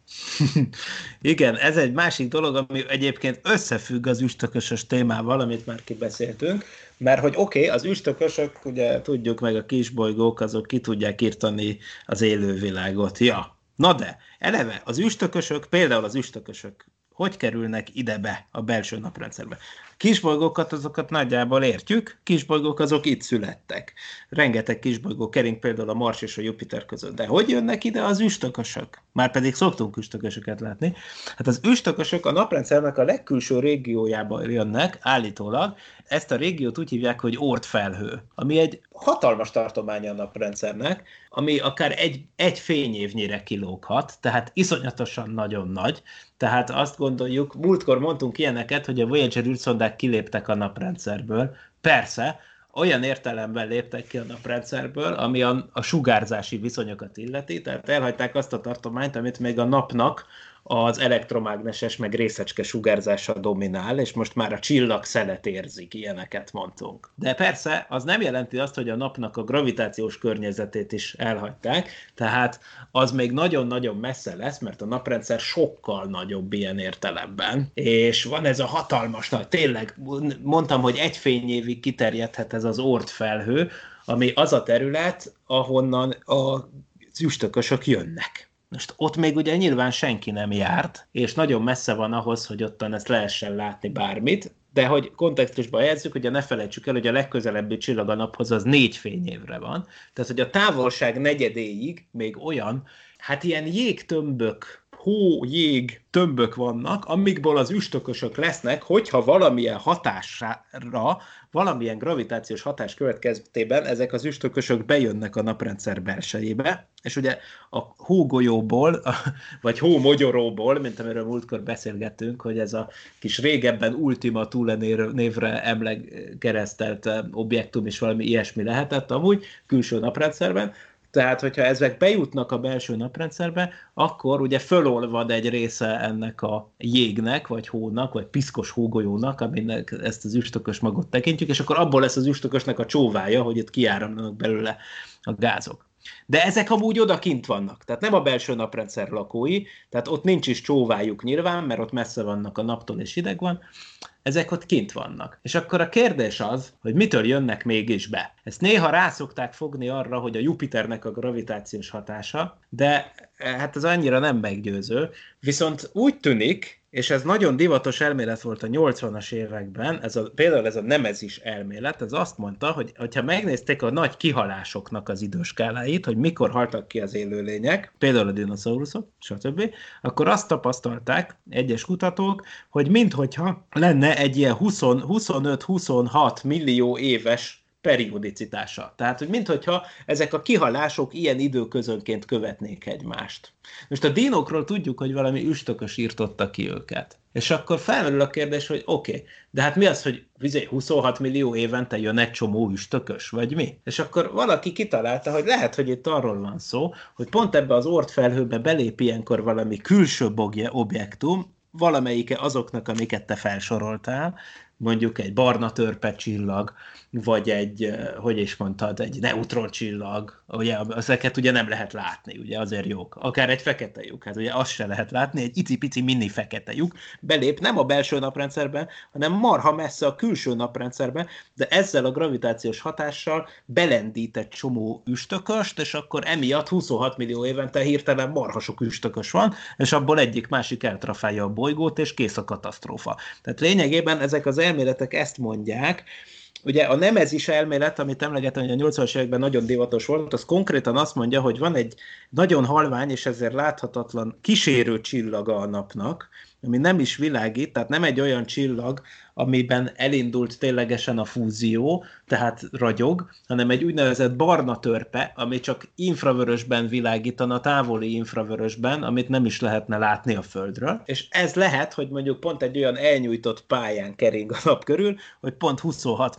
Igen, ez egy másik dolog, ami egyébként összefügg az üstökösös témával, amit már kibeszéltünk, mert hogy oké, okay, az üstökösök, ugye tudjuk meg, a kisbolygók, azok ki tudják írtani az élővilágot. Ja, na de, eleve az üstökösök, például az üstökösök, hogy kerülnek ide be a belső naprendszerbe? Kisbolygókat, azokat nagyjából értjük, kisbolygók azok itt születtek. Rengeteg kisbolygó kering például a Mars és a Jupiter között. De hogy jönnek ide az üstökösök? Márpedig szoktunk üstökösöket látni. Hát az üstökösök a naprendszernek a legkülső régiójába jönnek, állítólag. Ezt a régiót úgy hívják, hogy Oort-felhő, ami egy hatalmas tartománya a naprendszernek, ami akár egy, egy fényévnyire kilóghat, tehát iszonyatosan nagyon nagy. Tehát azt gondoljuk, múltkor mondtunk ilyeneket, hogy a Voyager űrszondák kiléptek a naprendszerből. Persze, olyan értelemben léptek ki a naprendszerből, ami a, a sugárzási viszonyokat illeti, tehát elhagyták azt a tartományt, amit még a napnak az elektromágneses meg részecske sugárzása dominál, és most már a csillag szelet érzik, ilyeneket mondtunk. De persze, az nem jelenti azt, hogy a napnak a gravitációs környezetét is elhagyták, tehát az még nagyon-nagyon messze lesz, mert a naprendszer sokkal nagyobb ilyen értelemben, és van ez a hatalmas nagy, tényleg mondtam, hogy egy fényévig kiterjedhet ez az Oort-felhő, ami az a terület, ahonnan a üstökösök jönnek. Most ott még ugye nyilván senki nem járt, és nagyon messze van ahhoz, hogy ottan ezt lehessen látni bármit, de hogy kontextusba helyezzük, ugye ne felejtsük el, hogy a legközelebbi csillag a naphoz az négy fényévre van. Tehát, hogy a távolság negyedéig még olyan, hát ilyen jégtömbök, hó, jég tömbök vannak, amikból az üstökösök lesznek, hogyha valamilyen hatásra, valamilyen gravitációs hatás következtében ezek az üstökösök bejönnek a naprendszer belsejébe, és ugye a hógolyóból, vagy hómogyoróból, mint amiről múltkor beszélgettünk, hogy ez a kis régebben Ultima Thule névre emlegkeresztelt objektum is valami ilyesmi lehetett amúgy külső naprendszerben. Tehát, hogyha ezek bejutnak a belső naprendszerbe, akkor ugye fölolvad egy része ennek a jégnek, vagy hónak, vagy piszkos hógolyónak, aminek ezt az üstökös magot tekintjük, és akkor abból lesz az üstökösnek a csóvája, hogy itt kiáramlanak belőle a gázok. De ezek amúgy odakint vannak, tehát nem a belső naprendszer lakói, tehát ott nincs is csóvájuk nyilván, mert ott messze vannak a naptól és hideg van, ezek ott kint vannak. És akkor a kérdés az, hogy mitől jönnek mégis be. Ezt néha rászokták fogni arra, hogy a Jupiternek a gravitációs hatása, de hát ez annyira nem meggyőző. Viszont úgy tűnik, és ez nagyon divatos elmélet volt a nyolcvanas években, ez a, például ez a nemezis elmélet, ez azt mondta, hogy ha megnézték a nagy kihalásoknak az időskáláit, hogy mikor haltak ki az élőlények, például a dinoszauruszok, stb., akkor azt tapasztalták egyes kutatók, hogy minthogyha lenne egy ilyen huszonöt-huszonhat millió éves periodicitása. Tehát, hogy minthogyha ezek a kihalások ilyen időközönként követnék egymást. Most a dinókról tudjuk, hogy valami üstökös írtotta ki őket. És akkor felmerül a kérdés, hogy oké, okay, de hát mi az, hogy huszonhat millió évente jön egy csomó üstökös, vagy mi? És akkor valaki kitalálta, hogy lehet, hogy itt arról van szó, hogy pont ebbe az Oort-felhőbe belép ilyenkor valami külső objektum, valamelyike azoknak, amiket te felsoroltál, mondjuk egy barna törpe csillag, vagy egy, hogy is mondtad, egy neutroncsillag, ugye ezeket ugye nem lehet látni, ugye azért jók. Akár egy fekete lyuk, hát ugye azt se lehet látni, egy icipici mini fekete lyuk belép nem a belső naprendszerben, hanem marha messze a külső naprendszerben, de ezzel a gravitációs hatással belendít egy csomó üstököst, és akkor emiatt huszonhat millió évente hirtelen marha sok üstökös van, és abból egyik-másik eltrafálja a bolygót, és kész a katasztrófa. Tehát lényegében ezek az elméletek ezt mondják. Ugye a nemezis elmélet, amit emlegettem, hogy a nyolcvanas években nagyon divatos volt, az konkrétan azt mondja, hogy van egy nagyon halvány és ezért láthatatlan kísérő csillaga a napnak, ami nem is világít, tehát nem egy olyan csillag, amiben elindult ténylegesen a fúzió, tehát ragyog, hanem egy úgynevezett barna törpe, ami csak infravörösben világítana, távoli infravörösben, amit nem is lehetne látni a Földről. És ez lehet, hogy mondjuk pont egy olyan elnyújtott pályán kering a nap körül, hogy pont huszonhat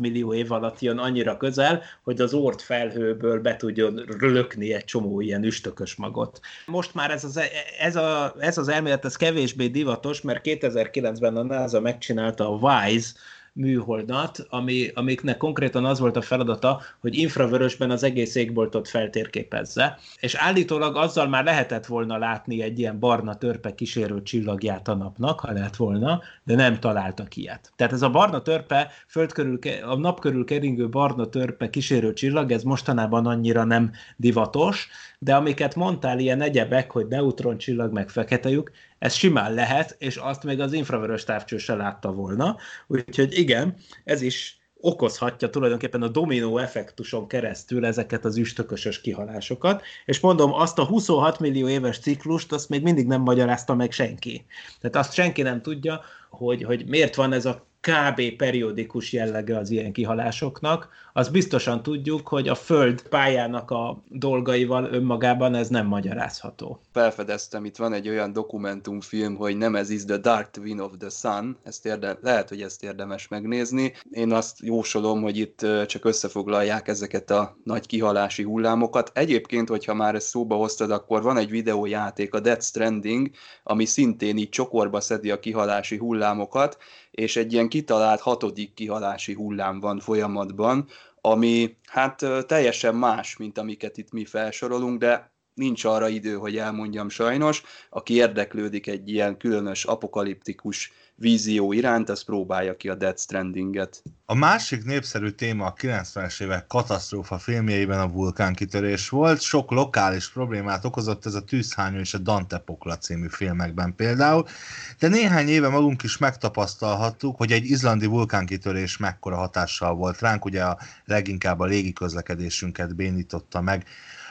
millió év alatt jön annyira közel, hogy az Oort felhőből be tudjon lökni egy csomó ilyen üstökös magot. Most már ez az, ez, a, ez az elmélet ez kevésbé divatos, mert kétezer-kilencben a NASA megcsinálta a WISE műholdat, ami, amiknek konkrétan az volt a feladata, hogy infravörösben az egész égboltot feltérképezze, és állítólag azzal már lehetett volna látni egy ilyen barna törpe kísérő csillagját a napnak, ha lehet volna, de nem találtak ilyet. Tehát ez a barna törpe, föld körül, a nap körül keringő barna törpe kísérő csillag, ez mostanában annyira nem divatos, de amiket mondtál, ilyen egyebek, hogy neutroncsillag meg fekete lyuk, ez simán lehet, és azt még az infravörös távcső se látta volna. Úgyhogy igen, ez is okozhatja tulajdonképpen a dominó effektuson keresztül ezeket az üstökösös kihalásokat, és mondom, azt a huszonhat millió éves ciklust, azt még mindig nem magyarázta meg senki. Tehát azt senki nem tudja, hogy, hogy miért van ez a kb. Periódikus jellege az ilyen kihalásoknak. Azt biztosan tudjuk, hogy a Föld pályának a dolgaival önmagában ez nem magyarázható. Felfedeztem, itt van egy olyan dokumentumfilm, hogy Nemesis The Dark Twin of the Sun, ezt érde- lehet, hogy ezt érdemes megnézni. Én azt jósolom, hogy itt csak összefoglalják ezeket a nagy kihalási hullámokat. Egyébként, hogyha már ezt szóba hoztad, akkor van egy videójáték, a Death Stranding, ami szintén így csokorba szedi a kihalási hullámokat, és egy ilyen kitalált hatodik kihalási hullám van folyamatban, ami hát teljesen más, mint amiket itt mi felsorolunk, de nincs arra idő, hogy elmondjam sajnos. Aki érdeklődik egy ilyen különös apokaliptikus vízió iránt, az próbálja ki a Death Strandinget. A másik népszerű téma a kilencvenes évek katasztrófa filmjeiben a vulkánkitörés volt. Sok lokális problémát okozott ez a Tűzhányó és a Dante Pokla című filmekben például, de néhány éve magunk is megtapasztalhattuk, hogy egy izlandi vulkánkitörés mekkora hatással volt ránk, ugye a leginkább a légiközlekedésünket bénította meg.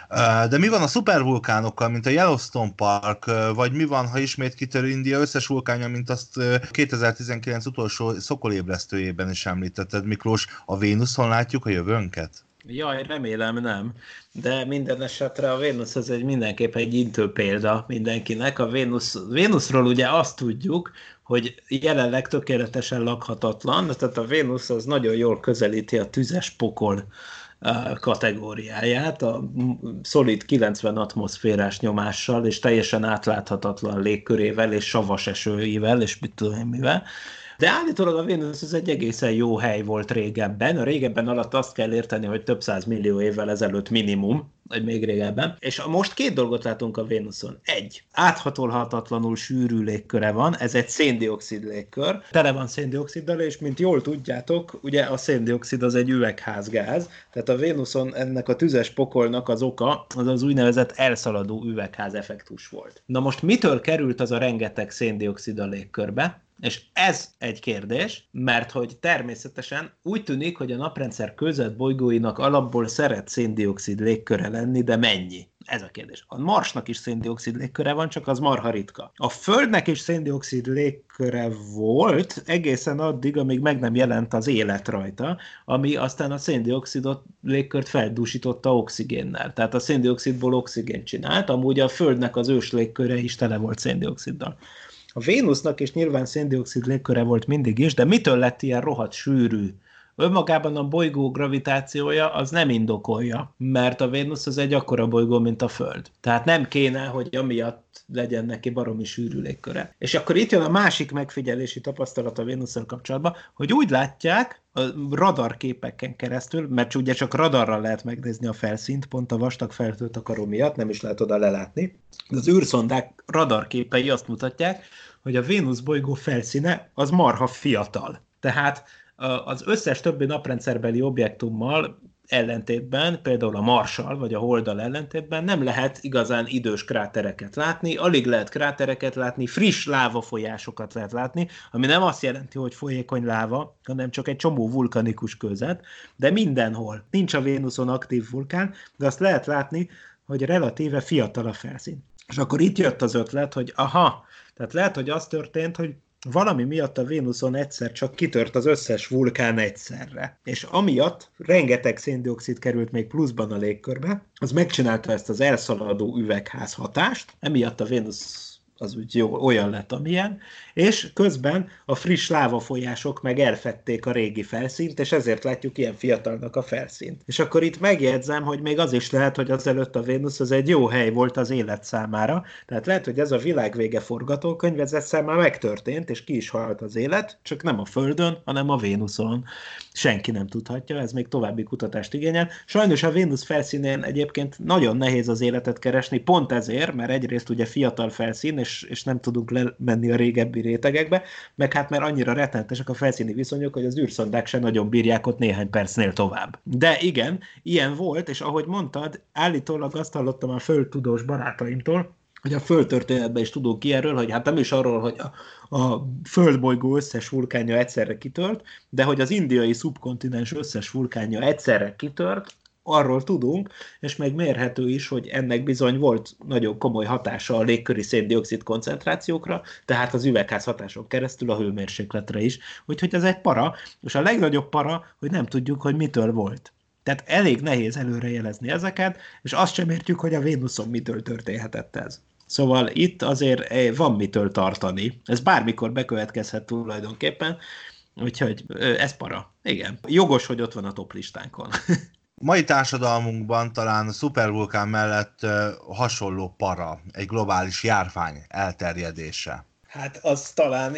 De mi van a szupervulkánokkal, mint a Yellowstone Park, vagy mi van, ha ismét kitör India összes vulkánja, mint azt kétezer-tizenkilenc utolsó szokolébresztőjében is említetted, Miklós, a Vénuszon látjuk a jövőnket? Jaj, remélem nem, de minden esetre a Vénusz az egy mindenképp egy intő példa mindenkinek. A Vénusz, Vénuszról ugye azt tudjuk, hogy jelenleg tökéletesen lakhatatlan, tehát a Vénusz az nagyon jól közelíti a tüzes pokol kategóriáját, a szolid kilencven atmoszférás nyomással, és teljesen átláthatatlan légkörével, és savas esőivel, és mit tudom én mivel. De állítólag a Vénusz az egy egészen jó hely volt régebben. A régebben alatt azt kell érteni, hogy több száz millió évvel ezelőtt minimum, vagy még régebben. És most két dolgot látunk a Vénuszon. Egy, áthatolhatatlanul sűrű légköre van, ez egy széndioxid légkör. Tele van széndioxiddal, és mint jól tudjátok, ugye a széndioxid az egy üvegházgáz, tehát a Vénuszon ennek a tüzes pokolnak az oka, az az úgynevezett elszaladó üvegházeffektus volt. Na most mitől került az a rengeteg széndioxid a légkörbe? És ez egy kérdés, mert hogy természetesen úgy tűnik, hogy a naprendszer bolygóinak alapból szeret széndioxid légköre lenni, de mennyi? Ez a kérdés. A Marsnak is széndioxid légköre van, csak az marha ritka. A Földnek is széndioxid légköre volt egészen addig, amíg meg nem jelent az élet rajta, ami aztán a széndioxidot légkört feldúsította oxigénnel. Tehát a széndioxidból oxigént csinált, amúgy a Földnek az ős légköre is tele volt széndioxiddal. A Vénusznak is nyilván széndioxid légköre volt mindig is, de mitől lett ilyen rohadt sűrű? Önmagában a bolygó gravitációja az nem indokolja, mert a Vénusz az egy akkora bolygó, mint a Föld. Tehát nem kéne, hogy amiatt legyen neki baromi sűrű légköre. És akkor itt jön a másik megfigyelési tapasztalat a Vénusszal kapcsolatban, hogy úgy látják a radarképeken keresztül, mert ugye csak radarral lehet megnézni a felszínt, pont a vastag felhőtakaró miatt, nem is lehet oda lelátni. De az űrszondák radarképei azt mutatják, hogy a Vénusz bolygó felszíne az marha fiatal. Tehát az összes többi naprendszerbeli objektummal ellentétben, például a Marssal vagy a Holddal ellentétben nem lehet igazán idős krátereket látni, alig lehet krátereket látni, friss lávafolyásokat lehet látni, ami nem azt jelenti, hogy folyékony láva, hanem csak egy csomó vulkanikus kőzet, de mindenhol. Nincs a Vénuszon aktív vulkán, de azt lehet látni, hogy relatíve fiatal a felszín. És akkor itt jött az ötlet, hogy aha, tehát lehet, hogy az történt, hogy valami miatt a Vénuszon egyszer csak kitört az összes vulkán egyszerre. És amiatt rengeteg széndioxid került még pluszban a légkörbe, az megcsinálta ezt az elszaladó üvegház hatást, emiatt a Vénusz az úgy jó, olyan lett, amilyen, és közben a friss lávafolyások meg elfedték a régi felszínt, és ezért látjuk ilyen fiatalnak a felszínt. És akkor itt megjegyzem, hogy még az is lehet, hogy azelőtt a Vénusz az egy jó hely volt az élet számára, tehát lehet, hogy ez a világvége forgatókönyv, ez egyszer már megtörtént, és ki is halt az élet, csak nem a Földön, hanem a Vénuszon. Senki nem tudhatja, ez még további kutatást igényel. Sajnos a Vénusz felszínén egyébként nagyon nehéz az életet keresni, pont ezért, mert egyrészt ugye fiatal felszín, és, és nem tudunk lemenni a régebbi rétegekbe, meg hát mert annyira rettenetesek a felszíni viszonyok, hogy az űrszondák se nagyon bírják ott néhány percnél tovább. De igen, ilyen volt, és ahogy mondtad, állítólag azt hallottam a földtudós barátaimtól, hogy a földtörténetben is tudunk ki erről, hogy hát nem is arról, hogy a, a földbolygó összes vulkánja egyszerre kitört, de hogy az indiai szubkontinens összes vulkánja egyszerre kitört, arról tudunk, és meg mérhető is, hogy ennek bizony volt nagyon komoly hatása a légköri szén-dioxid koncentrációkra, tehát az üvegházhatáson keresztül a hőmérsékletre is. Úgyhogy ez egy para, és a legnagyobb para, hogy nem tudjuk, hogy mitől volt. Tehát elég nehéz előrejelezni ezeket, és azt sem értjük, hogy a Vénuszon mitől történhetett ez. Szóval itt azért van mitől tartani. Ez bármikor bekövetkezhet tulajdonképpen, úgyhogy ez para. Igen. Jogos, hogy ott van a top listánkon. Mai társadalmunkban talán a szupervulkán mellett hasonló para, egy globális járvány elterjedése. Hát az talán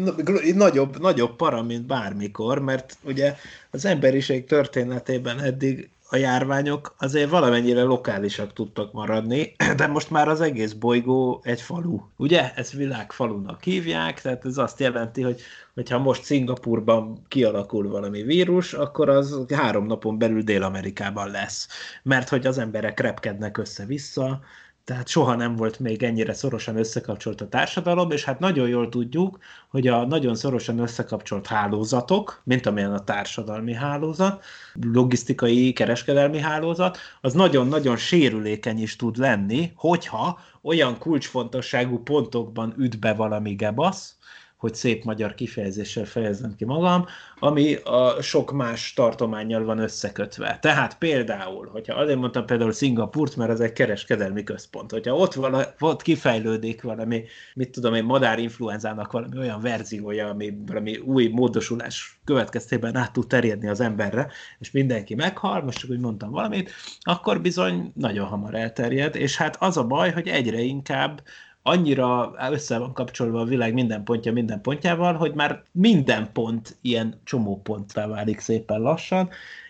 nagyobb, nagyobb para, mint bármikor, mert ugye az emberiség történetében eddig a járványok azért valamennyire lokálisak tudtak maradni, de most már az egész bolygó egy falu. Ugye? Ezt világfalunak hívják, tehát ez azt jelenti, hogy hogyha most Szingapurban kialakul valami vírus, akkor az három napon belül Dél-Amerikában lesz. Mert hogy az emberek repkednek össze-vissza, tehát soha nem volt még ennyire szorosan összekapcsolt a társadalom, és hát nagyon jól tudjuk, hogy a nagyon szorosan összekapcsolt hálózatok, mint amilyen a társadalmi hálózat, logisztikai, kereskedelmi hálózat, az nagyon-nagyon sérülékeny is tud lenni, hogyha olyan kulcsfontosságú pontokban üt be valami gebasz, hogy szép magyar kifejezéssel fejezzem ki magam, ami a sok más tartománnyal van összekötve. Tehát például, hogyha azért mondtam például Szingapurt, mert ez egy kereskedelmi központ, hogyha ott, vala, ott kifejlődik valami, mit tudom én, madárinfluenzának valami olyan verziója, ami valami új módosulás következtében át tud terjedni az emberre, és mindenki meghal, most csak úgy mondtam valamit, akkor bizony nagyon hamar elterjed, és hát az a baj, hogy egyre inkább annyira össze van kapcsolva a világ minden pontja minden pontjával, hogy már minden pont ilyen csomóponttá válik szépen lassan.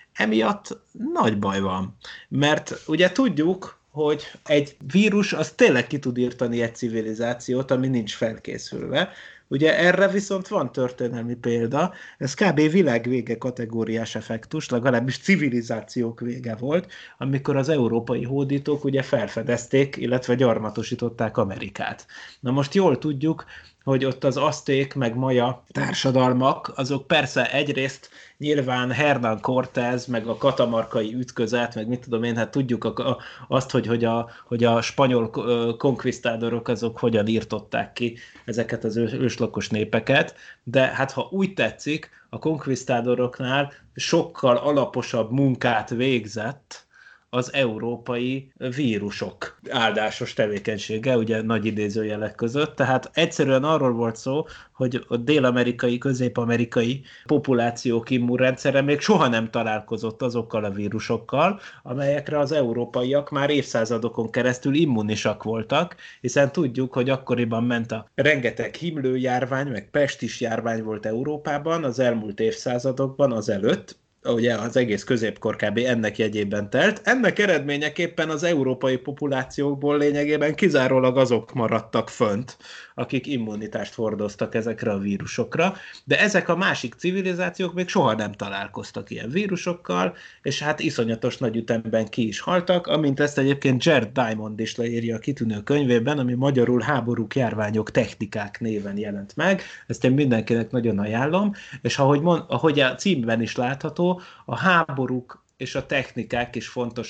Emiatt nagy baj van, mert ugye tudjuk, hogy egy vírus az tényleg ki tud írtani egy civilizációt, ami nincs felkészülve. Ugye erre viszont van történelmi példa, ez kb. Világvége kategóriás effektus, legalábbis civilizációk vége volt, amikor az európai hódítók ugye felfedezték, illetve gyarmatosították Amerikát. Na most jól tudjuk, hogy ott az azték meg maja társadalmak, azok persze egyrészt nyilván Hernán Cortés, meg a katamarkai ütközet, meg mit tudom én, hát tudjuk a, a, azt, hogy, hogy, a, hogy a spanyol konkvisztádorok azok hogyan írtották ki ezeket az őslakos népeket, de hát ha úgy tetszik, a konkvisztádoroknál sokkal alaposabb munkát végzett az európai vírusok áldásos tevékenysége, ugye nagy idézőjelek között. Tehát egyszerűen arról volt szó, hogy a dél-amerikai, közép-amerikai populációk immunrendszere még soha nem találkozott azokkal a vírusokkal, amelyekre az európaiak már évszázadokon keresztül immunisak voltak, hiszen tudjuk, hogy akkoriban ment a rengeteg himlőjárvány, meg pestis járvány volt Európában az elmúlt évszázadokban, azelőtt, ugye az egész középkor kb. Ennek jegyében telt. Ennek eredményeképpen az európai populációkból lényegében kizárólag azok maradtak fönt, akik immunitást hordoztak ezekre a vírusokra, de ezek a másik civilizációk még soha nem találkoztak ilyen vírusokkal, és hát iszonyatos nagy ütemben ki is haltak, amint ezt egyébként Jared Diamond is leírja a kitűnő könyvében, ami magyarul Háborúk, járványok, technikák néven jelent meg. Ezt én mindenkinek nagyon ajánlom, és ahogy, mond, ahogy a címben is látható, a háborúk és a technikák is fontosak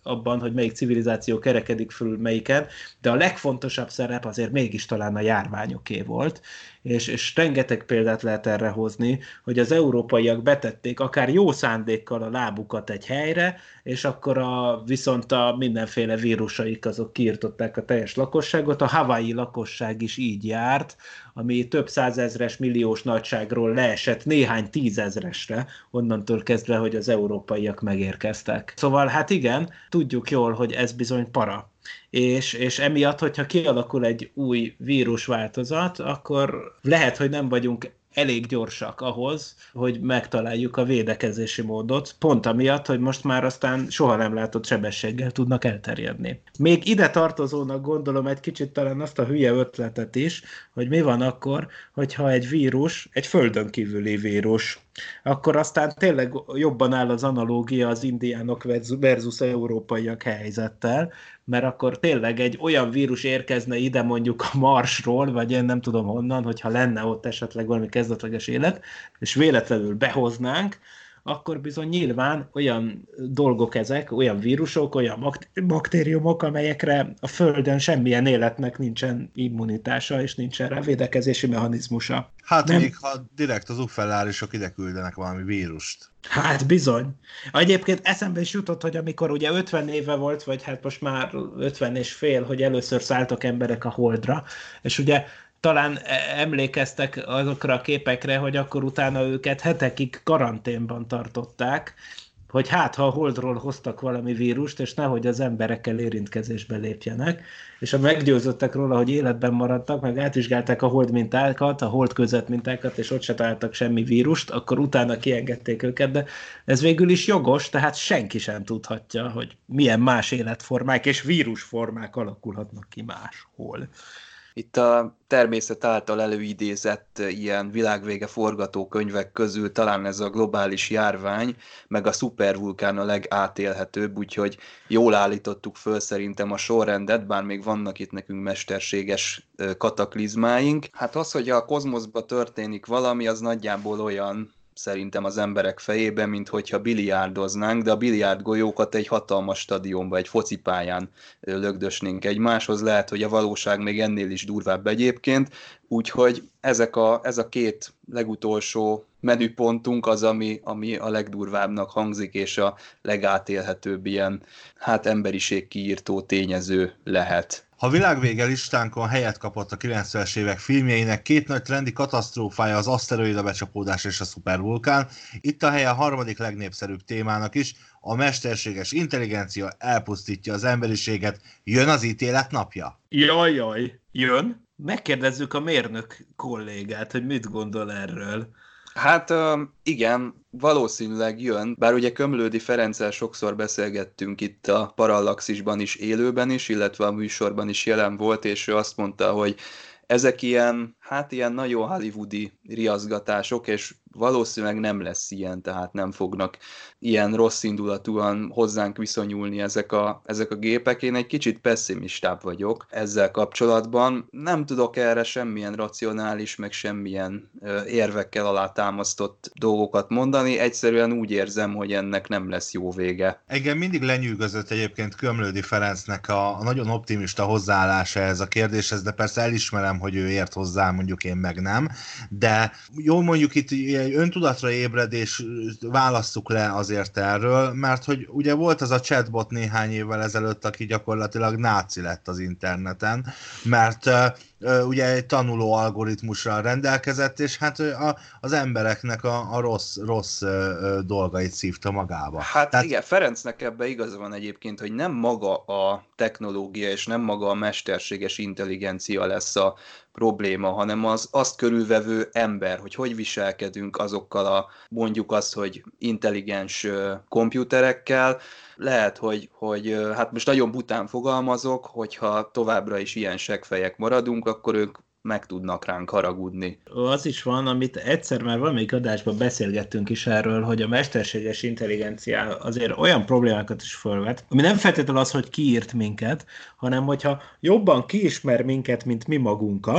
abban, hogy melyik civilizáció kerekedik fölül melyiken, de a legfontosabb szerep azért mégis talán a járványoké volt, és, és rengeteg példát lehet erre hozni, hogy az európaiak betették akár jó szándékkal a lábukat egy helyre, és akkor a, viszont a mindenféle vírusaik azok kiirtották a teljes lakosságot. A Hawaii lakosság is így járt, ami több százezres, milliós nagyságról leesett néhány tízezresre, onnantól kezdve, hogy az európaiak megérkeztek. Szóval hát igen, tudjuk jól, hogy ez bizony para. És, és emiatt, hogyha kialakul egy új vírusváltozat, akkor lehet, hogy nem vagyunk elég gyorsak ahhoz, hogy megtaláljuk a védekezési módot, pont amiatt, hogy most már aztán soha nem látott sebességgel tudnak elterjedni. Még ide tartozónak gondolom egy kicsit talán azt a hülye ötletet is, hogy mi van akkor, hogyha egy vírus, egy földön kívüli vírus, akkor aztán tényleg jobban áll az analógia az indiánok versus európaiak helyzettel, mert akkor tényleg egy olyan vírus érkezne ide mondjuk a Marsról, vagy én nem tudom honnan, hogyha lenne ott esetleg valami kezdetleges élet, és véletlenül behoznánk, akkor bizony nyilván olyan dolgok ezek, olyan vírusok, olyan baktériumok, amelyekre a Földön semmilyen életnek nincsen immunitása, és nincsen rá védekezési mechanizmusa. Hát nem? még ha direkt az uffellárisok ide küldenek valami vírust. Hát bizony. Egyébként eszembe is jutott, hogy amikor ugye ötven éve volt, vagy hát most már ötven és fél, hogy először szálltak emberek a Holdra, és ugye talán emlékeztek azokra a képekre, hogy akkor utána őket hetekig karanténban tartották, hogy hát, ha a Holdról hoztak valami vírust, és nehogy az emberekkel érintkezésbe lépjenek, és ha meggyőzöttek róla, hogy életben maradtak, meg átvizsgálták a Hold mintákat, a Hold között mintákat, és ott se találtak semmi vírust, akkor utána kiengedték őket, de ez végül is jogos, tehát senki sem tudhatja, hogy milyen más életformák és vírusformák alakulhatnak ki máshol. Itt a természet által előidézett ilyen világvége forgatókönyvek közül talán ez a globális járvány, meg a szupervulkán a legátélhetőbb, úgyhogy jól állítottuk föl szerintem a sorrendet, bár még vannak itt nekünk mesterséges kataklizmáink. Hát az, hogy a kozmoszban történik valami, az nagyjából olyan szerintem az emberek fejében, mint hogyha biliárdoznánk, de a biliárd golyókat egy hatalmas stadionba, egy focipályán lögdösnénk egymáshoz, lehet, hogy a valóság még ennél is durvább egyébként, úgyhogy ezek a, ez a két legutolsó menüpontunk az, ami, ami a legdurvábbnak hangzik, és a legátélhetőbb ilyen, hát emberiség kiírtó tényező lehet. Ha világvége listánkon helyet kapott a kilencvenes évek filmjeinek két nagy trendi katasztrófája, az aszteroida becsapódás és a szupervulkán, itt a helye a harmadik legnépszerűbb témának is, a mesterséges intelligencia elpusztítja az emberiséget, jön az ítélet napja? Jaj, jaj, jön? Megkérdezzük a mérnök kollégát, hogy mit gondol erről. Hát igen, valószínűleg jön, bár ugye Komlódi Ferenccel sokszor beszélgettünk itt a Parallaxisban is, élőben is, illetve a műsorban is jelen volt, és ő azt mondta, hogy ezek ilyen, hát ilyen nagyon hollywoodi riaszgatások, és valószínűleg nem lesz ilyen, tehát nem fognak ilyen rossz indulatúan hozzánk viszonyulni ezek a, ezek a gépek. Én egy kicsit pessimistább vagyok ezzel kapcsolatban. Nem tudok erre semmilyen racionális, meg semmilyen érvekkel alátámasztott dolgokat mondani. Egyszerűen úgy érzem, hogy ennek nem lesz jó vége. Engem mindig lenyűgözött egyébként Komlódi Ferencnek a, a nagyon optimista hozzáállása ez a kérdéshez, de persze elismerem, hogy ő ért hozzá, mondjuk én meg nem. De jó, mondjuk itt egy öntudatra ébredés, válasszuk le azért erről, mert hogy ugye volt az a chatbot néhány évvel ezelőtt, aki gyakorlatilag náci lett az interneten, mert uh, ugye egy tanuló algoritmussal rendelkezett, és hát a, az embereknek a, a rossz, rossz uh, dolgait szívta magába. Hát Tehát... igen, Ferencnek ebben igaza van egyébként, hogy nem maga a technológia és nem maga a mesterséges intelligencia lesz a probléma, hanem az azt körülvevő ember, hogy hogy viselkedünk azokkal a, mondjuk azt, hogy intelligens komputerekkel. Lehet, hogy, hogy hát most nagyon bután fogalmazok, hogyha továbbra is ilyen seggfejek maradunk, akkor ők meg tudnak ránk haragudni. Az is van, amit egyszer már valamelyik adásban beszélgettünk is erről, hogy a mesterséges intelligencia azért olyan problémákat is fölvet, ami nem feltétlenül az, hogy kiírt minket, hanem hogyha jobban kiismer minket, mint mi magunkat,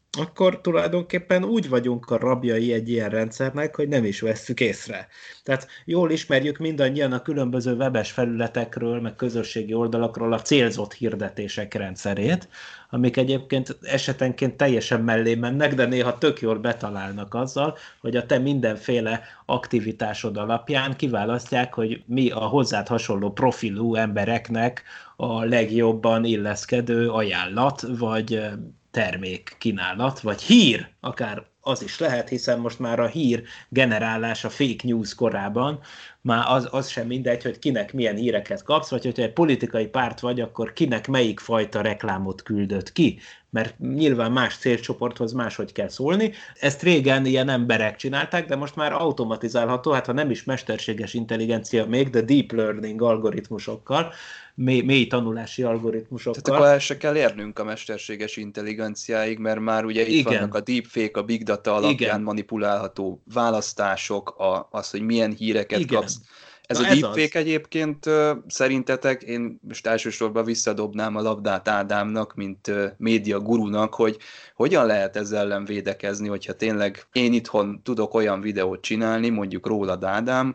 akkor tulajdonképpen úgy vagyunk a rabjai egy ilyen rendszernek, hogy nem is vesszük észre. Tehát jól ismerjük mindannyian a különböző webes felületekről, meg közösségi oldalakról a célzott hirdetések rendszerét, amik egyébként esetenként teljesen mellé mennek, de néha tök jól betalálnak azzal, hogy a te mindenféle aktivitásod alapján kiválasztják, hogy mi a hozzád hasonló profilú embereknek a legjobban illeszkedő ajánlat, vagy termék kínálat, vagy hír, akár az is lehet, hiszen most már a hír generálás a fake news korában, már az, az sem mindegy, hogy kinek milyen híreket kapsz, vagy hogyha egy politikai párt vagy, akkor kinek melyik fajta reklámot küldött ki, mert nyilván más célcsoporthoz máshogy kell szólni. Ezt régen ilyen emberek csinálták, de most már automatizálható, hát ha nem is mesterséges intelligencia még, de deep learning algoritmusokkal, mély, mély tanulási algoritmusokkal. Tehát akkor el se kell érnünk a mesterséges intelligenciáig, mert már ugye itt Igen. vannak a deepfake, a big data alapján Igen. manipulálható választások, a, az, hogy milyen híreket Igen. kapsz. Ez Na a deepfake ez egyébként uh, szerintetek, én most elsősorban visszadobnám a labdát Ádámnak, mint uh, média gurunak, hogy hogyan lehet ezzel ellen védekezni, hogyha tényleg én itthon tudok olyan videót csinálni, mondjuk rólad Ádám,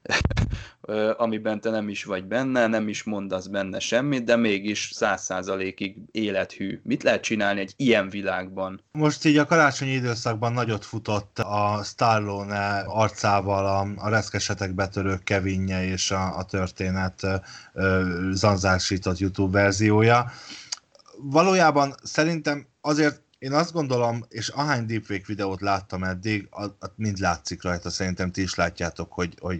amiben te nem is vagy benne, nem is mondasz benne semmit, de mégis száz százalékig élethű. Mit lehet csinálni egy ilyen világban? Most így a karácsonyi időszakban nagyot futott a Stallone arcával a, a reszkesetek betörő Kevinje és a, a történet ö, zanzásított YouTube verziója. Valójában szerintem azért én azt gondolom, és ahány deepfake videót láttam eddig, mind látszik rajta, szerintem ti is látjátok, hogy, hogy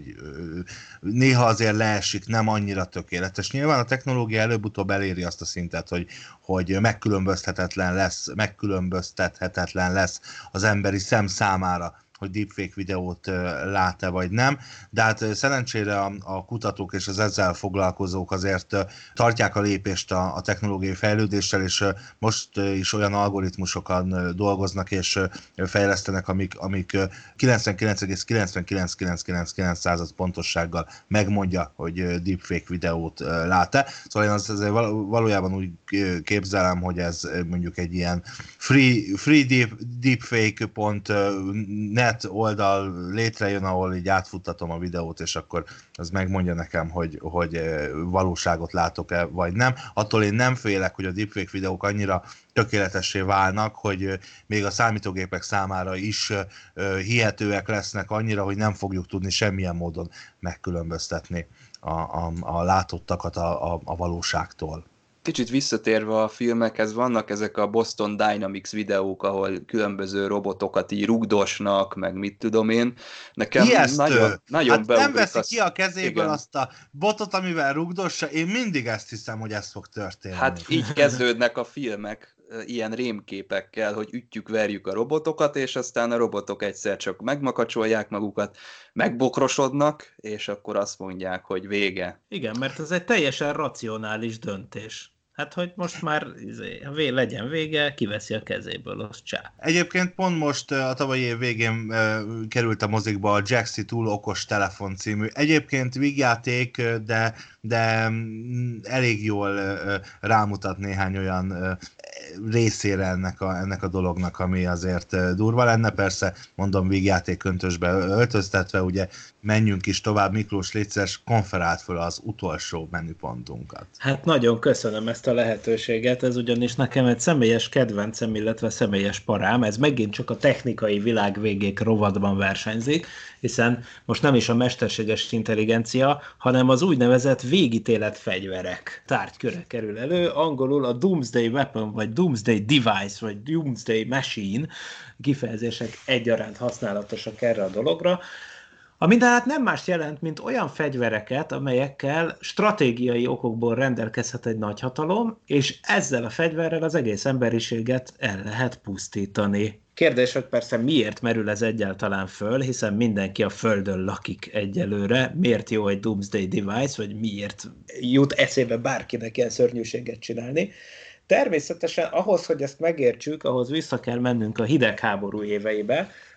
néha azért leesik, nem annyira tökéletes. Nyilván a technológia előbb-utóbb eléri azt a szintet, hogy, hogy megkülönböztethetetlen lesz, megkülönböztethetetlen lesz az emberi szem számára, hogy deepfake videót lát-e vagy nem, de hát szerencsére a, a kutatók és az ezzel foglalkozók azért tartják a lépést a, a technológiai fejlődéssel, és most is olyan algoritmusokon dolgoznak és fejlesztenek, amik, amik kilencvenkilenc egész kilencvenkilenc-kilencvenkilenc pontossággal megmondja, hogy deepfake videót lát-e. Szóval én azt azért valójában úgy képzelem, hogy ez mondjuk egy ilyen free, free deep, deepfake pont net oldal létrejön, ahol így átfuttatom a videót, és akkor az megmondja nekem, hogy, hogy valóságot látok-e, vagy nem. Attól én nem félek, hogy a deepfake videók annyira tökéletessé válnak, hogy még a számítógépek számára is hihetőek lesznek annyira, hogy nem fogjuk tudni semmilyen módon megkülönböztetni a, a, a látottakat a, a, a valóságtól. Kicsit visszatérve a filmekhez, vannak ezek a Boston Dynamics videók, ahol különböző robotokat így rugdosnak, meg mit tudom én. Nekem Ijesztő. nagyon, nagyon hát nem veszi az... ki a kezéből Igen. azt a botot, amivel rugdossa, én mindig ezt hiszem, hogy ez fog történni. Hát így kezdődnek a filmek, ilyen rémképekkel, hogy ütjük, verjük a robotokat, és aztán a robotok egyszer csak megmakacsolják magukat, megbokrosodnak, és akkor azt mondják, hogy vége. Igen, mert ez egy teljesen racionális döntés. Hát, hogy most már izé, legyen vége, kiveszi a kezéből, az csá. Egyébként pont most a tavalyi év végén került a mozikba a Jaxi túl okos telefon című. Egyébként vígjáték, de, de elég jól rámutat néhány olyan részére ennek a, ennek a dolognak, ami azért durva lenne. Persze, mondom, vígjáték köntösbe öltöztetve, ugye menjünk is tovább. Miklós, légy szíves, konferált föl az utolsó menüpontunkat. Hát nagyon köszönöm ezt a lehetőséget, ez ugyanis nekem egy személyes kedvencem, illetve személyes parám, ez megint csak a technikai világvégék rovatban versenyzik, hiszen most nem is a mesterséges intelligencia, hanem az úgynevezett végítélet fegyverek tárgyköre kerül elő, angolul a Doomsday Weapon, vagy Doomsday Device, vagy Doomsday Machine kifejezések egyaránt használatosak erre a dologra, ami tehát nem más jelent, mint olyan fegyvereket, amelyekkel stratégiai okokból rendelkezhet egy nagyhatalom, és ezzel a fegyverrel az egész emberiséget el lehet pusztítani. Kérdés, hogy persze miért merül ez egyáltalán föl, hiszen mindenki a Földön lakik egyelőre. Miért jó egy Doomsday Device, vagy miért jut eszébe bárkinek ilyen szörnyűséget csinálni? Természetesen ahhoz, hogy ezt megértsük, ahhoz vissza kell mennünk a hidegháború éveibe,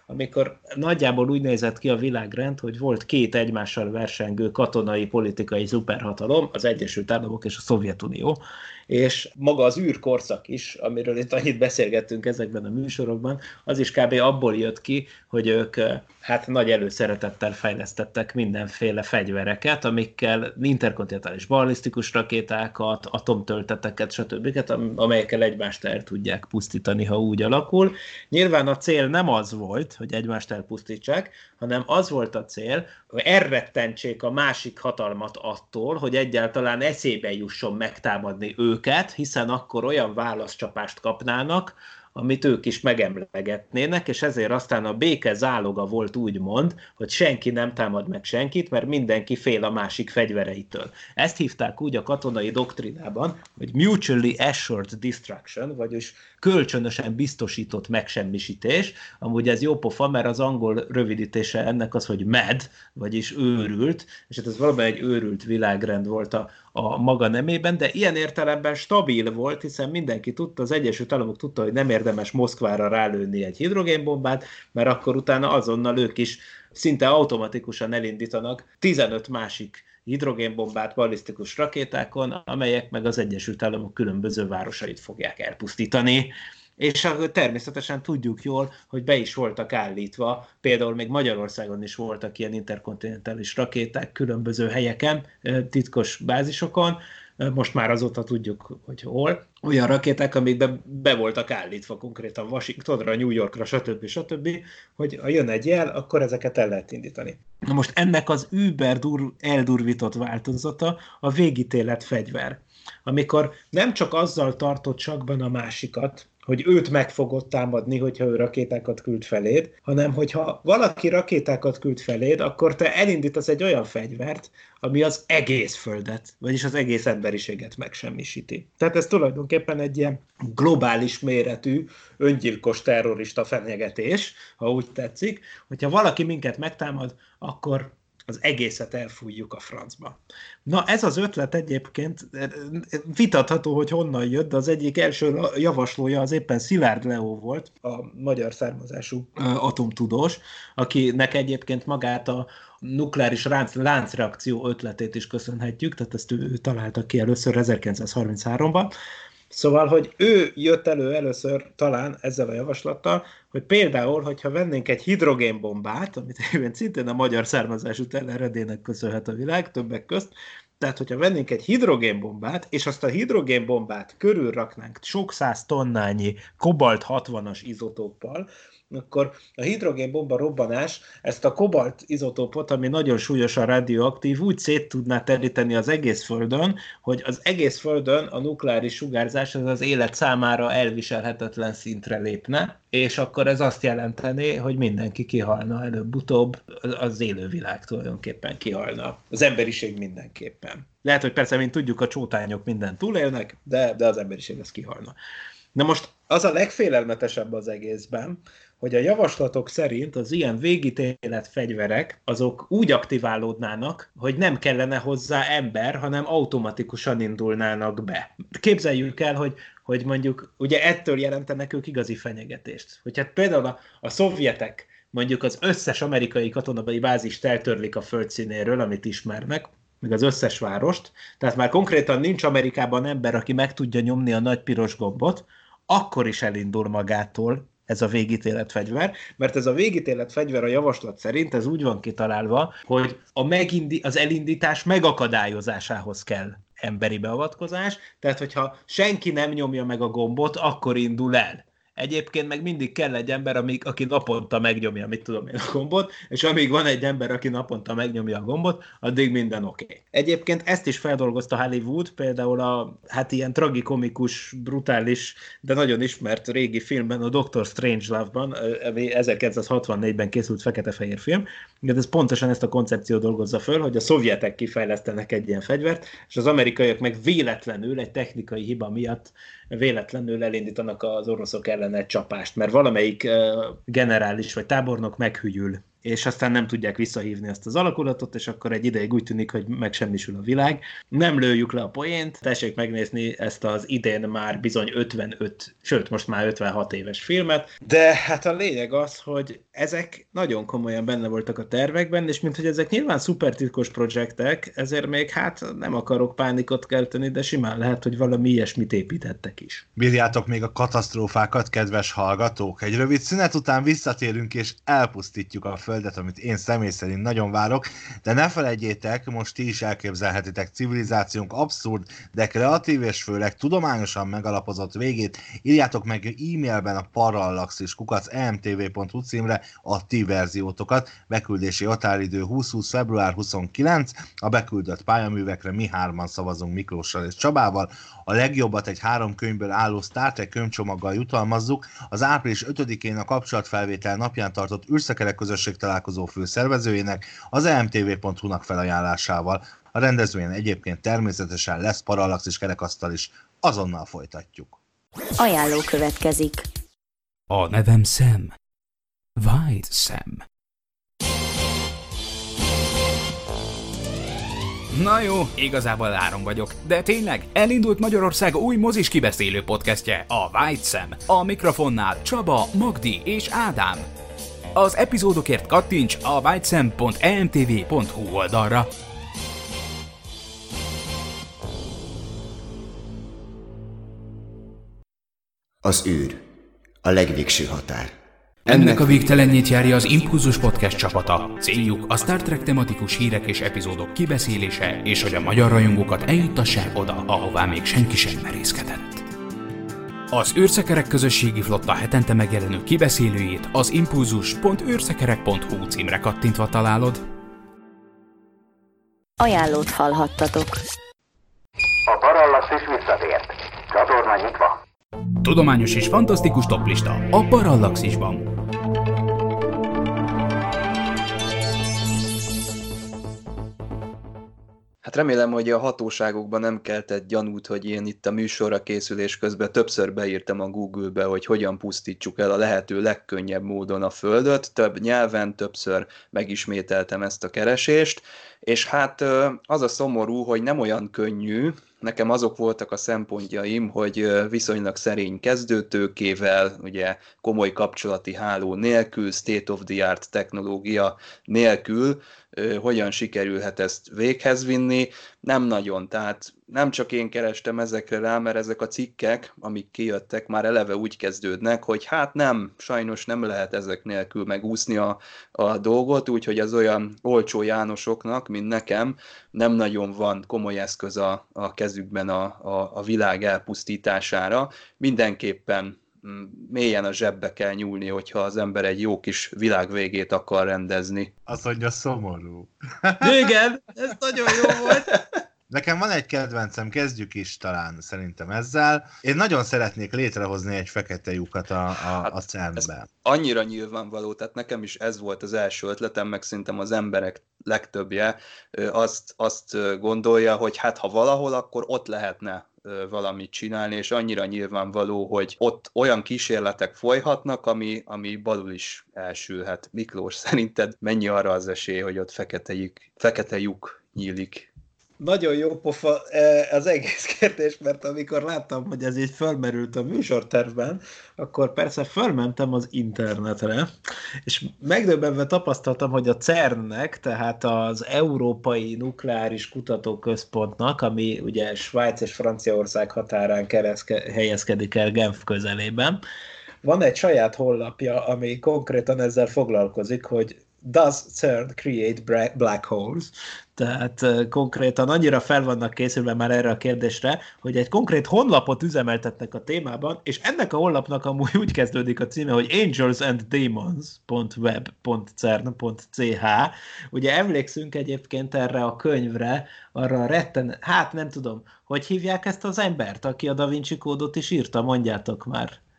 amikor nagyjából úgy nézett ki a világrend, hogy volt két egymással versengő katonai, politikai szuperhatalom, az Egyesült Államok és a Szovjetunió, és maga az űrkorszak is, amiről itt annyit beszélgettünk ezekben a műsorokban, az is kb. Abból jött ki, hogy ők hát nagy előszeretettel fejlesztettek mindenféle fegyvereket, amikkel interkontinentális ballisztikus rakétákat, atomtölteteket, stb., amelyekkel egymást el tudják pusztítani, ha úgy alakul. Nyilván a cél nem az volt, hogy egymást elpusztítsák, hanem az volt a cél, hogy elrettentsék a másik hatalmat attól, hogy egyáltalán eszébe jusson megtámadni őket, hiszen akkor olyan válaszcsapást kapnának, amit ők is megemlegetnének, és ezért aztán a béke záloga volt úgymond, hogy senki nem támad meg senkit, mert mindenki fél a másik fegyvereitől. Ezt hívták úgy a katonai doktrinában, hogy mutually assured destruction, vagyis kölcsönösen biztosított megsemmisítés. Amúgy ez jó pofa, mert az angol rövidítése ennek az, hogy mad, vagyis őrült, és hát ez valóban egy őrült világrend volt a, a maga nemében, de ilyen értelemben stabil volt, hiszen mindenki tudta, az Egyesült Államok tudta, hogy nem érdemes Moszkvára rálőni egy hidrogénbombát, mert akkor utána azonnal ők is szinte automatikusan elindítanak tizenöt másik hidrogénbombát ballisztikus rakétákon, amelyek meg az Egyesült Államok különböző városait fogják elpusztítani. És természetesen tudjuk jól, hogy be is voltak állítva, például még Magyarországon is voltak ilyen interkontinentális rakéták különböző helyeken, titkos bázisokon, most már azóta tudjuk, hogy hol. Olyan rakéták, amik be, be voltak állítva konkrétan Washingtonra, New Yorkra, stb. stb., hogy ha jön egy jel, akkor ezeket el lehet indítani. Na most ennek az über dur, eldurvított változata a végítélet fegyver, amikor nem csak azzal tartott sakban a másikat, hogy őt meg fogod támadni, hogyha ő rakétákat küld feléd, hanem hogyha valaki rakétákat küld feléd, akkor te elindítasz egy olyan fegyvert, ami az egész Földet, vagyis az egész emberiséget megsemmisíti. Tehát ez tulajdonképpen egy ilyen globális méretű, öngyilkos terrorista fenyegetés, ha úgy tetszik, hogyha valaki minket megtámad, akkor az egészet elfújjuk a francba. Na ez az ötlet egyébként vitatható, hogy honnan jött, de az egyik első javaslója az éppen Szilárd Leó volt, a magyar származású atomtudós, akinek egyébként magát a nukleáris láncreakció ötletét is köszönhetjük, tehát ezt ő, ő találta ki először ezerkilencszázharmincháromban. Szóval, hogy ő jött elő először talán ezzel a javaslattal, hogy például, hogyha vennénk egy hidrogénbombát, amit egyébként szintén a magyar származású Teller Redének köszönhet a világ, többek közt, tehát, hogyha vennénk egy hidrogénbombát, és azt a hidrogénbombát körülraknánk sok száz tonnányi kobalt hatvanas izotóppal, akkor a hidrogénbomba robbanás ezt a kobalt izotópot, ami nagyon súlyosan radioaktív, úgy szét tudná teríteni az egész Földön, hogy az egész Földön a nukleáris sugárzás az az élet számára elviselhetetlen szintre lépne, és akkor ez azt jelenteni, hogy mindenki kihalna előbb-utóbb, az élővilág tulajdonképpen kihalna. Az emberiség mindenképpen. Lehet, hogy persze, mint tudjuk, a csótányok mindent túlélnek, de, de az emberiség az kihalna. Na most az a legfélelmetesebb az egészben, hogy a javaslatok szerint az ilyen végítélet fegyverek azok úgy aktiválódnának, hogy nem kellene hozzá ember, hanem automatikusan indulnának be. Képzeljük el, hogy, hogy mondjuk ugye ettől jelentenek ők igazi fenyegetést. Hogy hát például a, a szovjetek mondjuk az összes amerikai katonai bázist eltörlik a földszínéről, amit ismernek, meg az összes várost, tehát már konkrétan nincs Amerikában ember, aki meg tudja nyomni a nagy piros gombot, akkor is elindul magától ez a végítéletfegyver, mert ez a végítéletfegyver a javaslat szerint ez úgy van kitalálva, hogy a megindi- az elindítás megakadályozásához kell emberi beavatkozás, tehát hogyha senki nem nyomja meg a gombot, akkor indul el. Egyébként meg mindig kell egy ember, amíg, aki naponta megnyomja, mit tudom én, a gombot, és amíg van egy ember, aki naponta megnyomja a gombot, addig minden oké. Okay. Egyébként ezt is feldolgozta Hollywood, például a hát ilyen tragikomikus, brutális, de nagyon ismert régi filmben, a doktor Strangelove-ban, ami ezerkilencszázhatvannégyben készült fekete-fehér film, de ez pontosan ezt a koncepciót dolgozza föl, hogy a szovjetek kifejlesztenek egy ilyen fegyvert, és az amerikaiak meg véletlenül, egy technikai hiba miatt véletlenül elindítanak az oroszok ellen egy csapást, mert valamelyik uh, generális vagy tábornok meghűl és aztán nem tudják visszahívni ezt az alakulatot, és akkor egy ideig úgy tűnik, hogy megsemmisül a világ. Nem lőjük le a poént, tessék megnézni ezt az idén már bizony ötvenöt, sőt most már ötvenhat éves filmet, de hát a lényeg az, hogy ezek nagyon komolyan benne voltak a tervekben, és mint hogy ezek nyilván szuper titkos projektek, ezért még hát nem akarok pánikot kelteni, de simán lehet, hogy valami ilyesmit építettek is. Bírjátok még a katasztrófákat, kedves hallgatók? Egy rövid szünet után visszatérünk és elpusztítjuk a Földet, amit én személy szerint nagyon várok, de ne felejtjétek, most ti is elképzelhetitek civilizációnk abszurd, de kreatív és főleg tudományosan megalapozott végét. Írjátok meg e-mailben a parallaxis kukac e m t v pont h u címre a ti verziótokat. Beküldési határidő húsz húsz február huszonkilenc. A beküldött pályaművekre mi hárman szavazunk Miklóssal és Csabával. A legjobbat egy három könyvből álló Star Trek könyvcsomaggal jutalmazzuk. Az április ötödikén a kapcsolatfelvétel napján tartott űrszekerek közösség találkozó főszervezőjének, az e m t v pont h u-nak felajánlásával. A rendezvényen egyébként természetesen lesz parallaxis kerekasztal is. Azonnal folytatjuk. Ajánló következik. A nevem Sam. White Sam. Na jó, igazából áron vagyok, de tényleg elindult Magyarország új mozis kibeszélő podcastje, a White Sam. A mikrofonnál Csaba, Magdi és Ádám. Az epizódokért kattints a whitesam pont e m t v pont h u oldalra. Az űr. A legvégső határ. Ennek a végtelenjét járja az Impulzus Podcast csapata. Céljuk a Star Trek tematikus hírek és epizódok kibeszélése, és hogy a magyar rajongókat eljuttassák oda, ahová még senki sem merészkedett. Az űrszekerek közösségi flotta hetente megjelenő kibeszélőjét az impulzus pont űrszekerek pont h u címre kattintva találod. Ajánlót hallhattatok. A Parallaxis visszatért. Csatorna nyitva. Tudományos és fantasztikus toplista a Parallaxisban. Hát remélem, hogy a hatóságokban nem keltett gyanút, hogy én itt a műsorra készülés közben többször beírtam a Google-be, hogy hogyan pusztítsuk el a lehető legkönnyebb módon a Földöt. Több nyelven, többször megismételtem ezt a keresést, és hát az a szomorú, hogy nem olyan könnyű. Nekem azok voltak a szempontjaim, hogy viszonylag szerény kezdőtőkével, ugye komoly kapcsolati háló nélkül, state of the art technológia nélkül hogyan sikerülhet ezt véghez vinni. Nem nagyon, tehát nem csak én kerestem ezekre rá, mert ezek a cikkek, amik kijöttek, már eleve úgy kezdődnek, hogy hát nem, sajnos nem lehet ezek nélkül megúszni a, a dolgot, úgyhogy az olyan olcsó Jánosoknak, mint nekem, nem nagyon van komoly eszköz a, a kezükben a, a, a világ elpusztítására. Mindenképpen mélyen a zsebbe kell nyúlni, hogyha az ember egy jó kis világvégét akar rendezni. Azt mondja, szomorú. Igen, ez nagyon jó volt. Nekem van egy kedvencem, kezdjük is talán szerintem ezzel. Én nagyon szeretnék létrehozni egy fekete lyukat a, a, a szemben. Annyira nyilvánvaló, tehát nekem is ez volt az első ötletem, meg szerintem az emberek legtöbbje azt, azt gondolja, hogy hát ha valahol, akkor ott lehetne valamit csinálni, és annyira nyilvánvaló, hogy ott olyan kísérletek folyhatnak, ami, ami balul is elsülhet. Miklós, szerinted mennyi arra az esély, hogy ott fekete lyuk, fekete lyuk nyílik? Nagyon jó pofa az egész kérdés, mert amikor láttam, hogy ez így fölmerült a műsortervben, akkor persze fölmentem az internetre, és megdöbbenve tapasztaltam, hogy a cernnek, tehát az Európai Nukleáris Kutatóközpontnak, ami ugye Svájc és Franciaország határán kereszke, helyezkedik el Genf közelében, van egy saját honlapja, ami konkrétan ezzel foglalkozik, hogy Does CERN create black holes? Tehát uh, konkrétan annyira fel vannak készülve már erre a kérdésre, hogy egy konkrét honlapot üzemeltetnek a témában, és ennek a honlapnak amúgy úgy kezdődik a címe, hogy angels and demons pont web pont cern pont c h. Ugye emlékszünk egyébként erre a könyvre, arra a retten, hát nem tudom, hogy hívják ezt az embert, aki a Da Vinci kódot is írta, mondjátok már.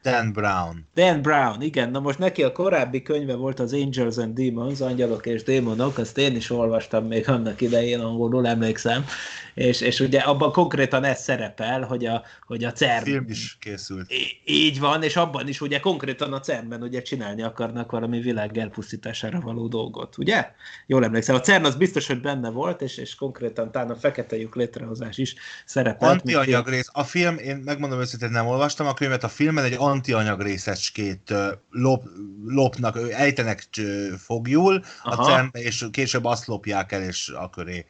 Dan Brown. Dan Brown, igen. Na most neki a korábbi könyve volt az Angels and Demons, Angyalok és Démonok, azt én is olvastam még annak idején, angolul emlékszem, és, és ugye abban konkrétan ez szerepel, hogy a, hogy a cern... A film is készült. Így van, és abban is ugye konkrétan a cernben ugye csinálni akarnak valami világ elpusztítására való dolgot, ugye? Jól emlékszem. A cern az biztos, hogy benne volt, és, és konkrétan talán a fekete lyuk létrehozás is szerepelt. Antianyag rész. A film, én megmondom őszintén, nem olvastam a könyvet, a filmen egy antianyag részecskét lop, lopnak, ejtenek fogjul a cernbe, és később azt lopják el, és a köré,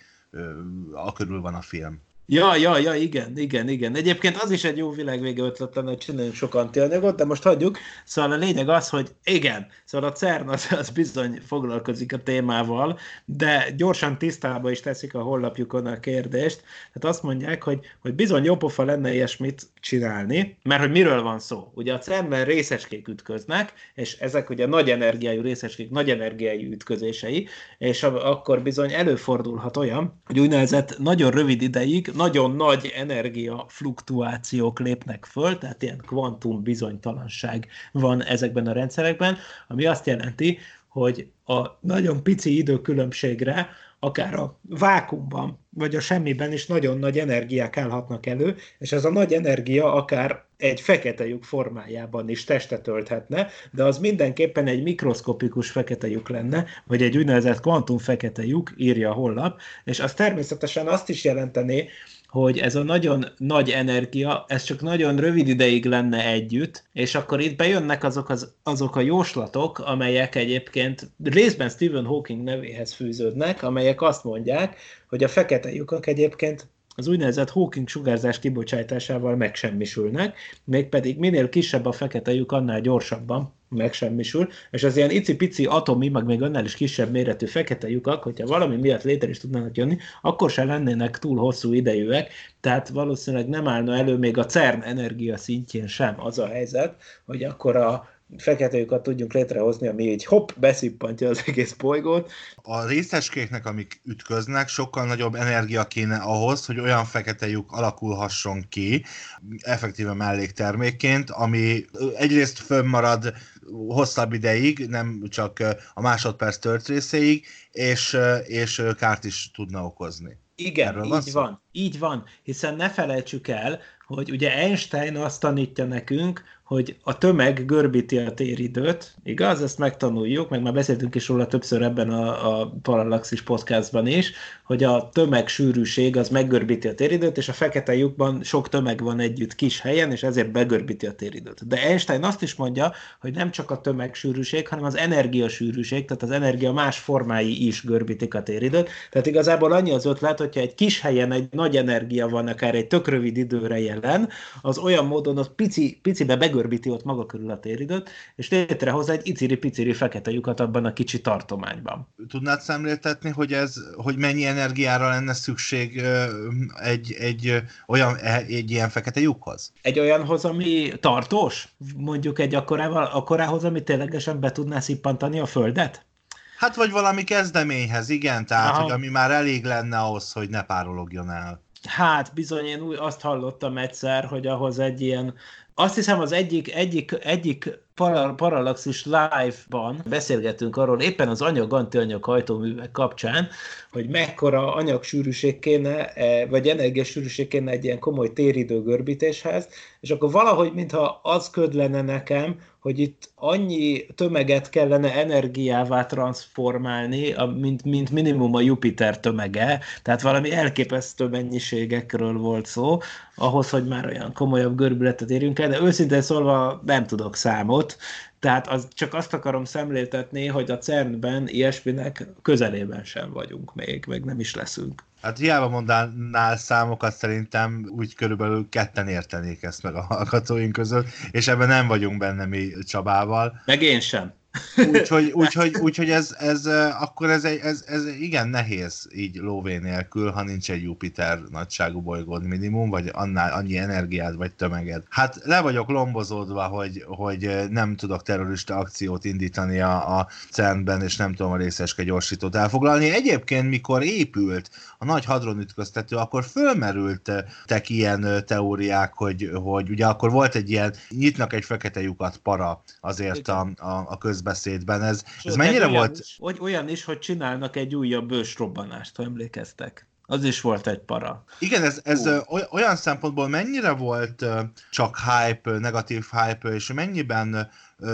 a körül van a film. Ja, ja, ja, igen, igen, igen. Egyébként az is egy jó világvége ötlet lenne, hogy csináljunk sok antianyagot, de most hagyjuk. Szóval a lényeg az, hogy igen, szóval a cern az, az bizony foglalkozik a témával, de gyorsan tisztába is teszik a honlapjukon a kérdést. Tehát azt mondják, hogy, hogy bizony jó pofa lenne ilyesmit csinálni, mert hogy miről van szó? Ugye a cernben részecskék ütköznek, és ezek ugye nagy energiájú részecskék, nagy energiájú ütközései, és akkor bizony előfordulhat olyan, hogy úgynevezett nagyon rövid ideig nagyon nagy energia fluktuációk lépnek föl, tehát ilyen kvantum bizonytalanság van ezekben a rendszerekben, ami azt jelenti, hogy a nagyon pici időkülönbségre akár a vákuumban, vagy a semmiben is nagyon nagy energiák állhatnak elő, és ez a nagy energia akár egy fekete lyuk formájában is testet ölthetne, de az mindenképpen egy mikroszkopikus fekete lyuk lenne, vagy egy úgynevezett kvantum fekete lyuk, írja a honlap, és az természetesen azt is jelenteni, hogy ez a nagyon nagy energia, ez csak nagyon rövid ideig lenne együtt, és akkor itt bejönnek azok, az, azok a jóslatok, amelyek egyébként részben Stephen Hawking nevéhez fűződnek, amelyek azt mondják, hogy a fekete lyukak egyébként az úgynevezett Hawking sugárzás kibocsátásával megsemmisülnek, mégpedig minél kisebb a fekete lyuk, annál gyorsabban megsemmisül, és az ilyen icipici atomi, meg még annál is kisebb méretű fekete lyukak, hogyha valami miatt létre is tudnának jönni, akkor se lennének túl hosszú idejűek, tehát valószínűleg nem állna elő még a cern energia szintjén sem az a helyzet, hogy akkor a fekete lyukat tudjunk létrehozni, ami így hopp, beszippantja az egész bolygót. A részecskéknek, amik ütköznek, sokkal nagyobb energia kéne ahhoz, hogy olyan fekete lyuk alakulhasson ki, effektíve melléktermékként, ami egyrészt fönnmarad hosszabb ideig, nem csak a másodperc tört részéig, és, és kárt is tudna okozni. Igen, Erről így van, van, így van, hiszen ne felejtsük el, hogy ugye Einstein azt tanítja nekünk, hogy a tömeg görbíti a téridőt, igaz? Ezt megtanuljuk, meg már beszéltünk is róla többször ebben a, a Parallaxis podcastban is, hogy a tömegsűrűség az meggörbíti a téridőt, és a fekete lyukban sok tömeg van együtt kis helyen, és ezért begörbíti a téridőt. De Einstein azt is mondja, hogy nem csak a tömegsűrűség, hanem az energiasűrűség, tehát az energia más formái is görbítik a téridőt. Tehát igazából annyi az ötlet, hogyha egy kis helyen egy nagy energia van, akár egy tök rövid időre jelen, az olyan módon az pici, picibe begörbíti ott maga körül a téridőt, és létrehoz egy iciri-piciri fekete lyukat abban a kicsi tartományban. Tudnád szemléltetni, hogy ez, hogy mennyi energiára lenne szükség egy, egy olyan, egy ilyen fekete lyukhoz? Egy olyanhoz, ami tartós? Mondjuk egy akkorával, akkorához, ami ténylegesen be tudná szippantani a Földet? Hát vagy valami kezdeményhez, igen, tehát, Aha. hogy ami már elég lenne ahhoz, hogy ne párologjon el. Hát bizony, én úgy azt hallottam egyszer, hogy ahhoz egy ilyen, azt hiszem az egyik, egyik, egyik Parallaxis Live-ban beszélgetünk arról, éppen az anyag-antianyag hajtóművek kapcsán, hogy mekkora anyagsűrűség kéne, vagy energiasűrűség kéne egy ilyen komoly téridő görbítéshez, és akkor valahogy, mintha az ködlene nekem, hogy itt annyi tömeget kellene energiává transformálni, mint, mint minimum a Jupiter tömege, tehát valami elképesztő mennyiségekről volt szó, ahhoz, hogy már olyan komolyabb görbületet érjünk el, de őszintén szólva nem tudok számot, tehát az, csak azt akarom szemléltetni, hogy a cernben ilyesminek közelében sem vagyunk még, meg nem is leszünk. Hát hiába mondanál számokat, szerintem úgy körülbelül ketten értenék ezt meg a hallgatóink között, és ebben nem vagyunk benne mi Csabával. Meg én sem. Úgyhogy úgy, úgy, úgy, ez, ez, akkor ez, egy, ez, ez igen nehéz így lóvé nélkül, ha nincs egy Jupiter nagyságú bolygód minimum, vagy annál annyi energiád, vagy tömeged. Hát le vagyok lombozódva, hogy, hogy nem tudok terrorista akciót indítani a, a cernben, és nem tudom a részecske gyorsítót elfoglalni. Egyébként, mikor épült a nagy hadronütköztető, akkor fölmerültek ilyen teóriák, hogy, hogy ugye akkor volt egy ilyen, nyitnak egy fekete lyukat para azért a, a, a közbeszédben. Ez, ez mennyire olyan volt? Is, olyan is, hogy csinálnak egy újabb ősrobbanást, ha emlékeztek. Az is volt egy para. Igen, ez, ez olyan szempontból mennyire volt csak hype, negatív hype, és mennyiben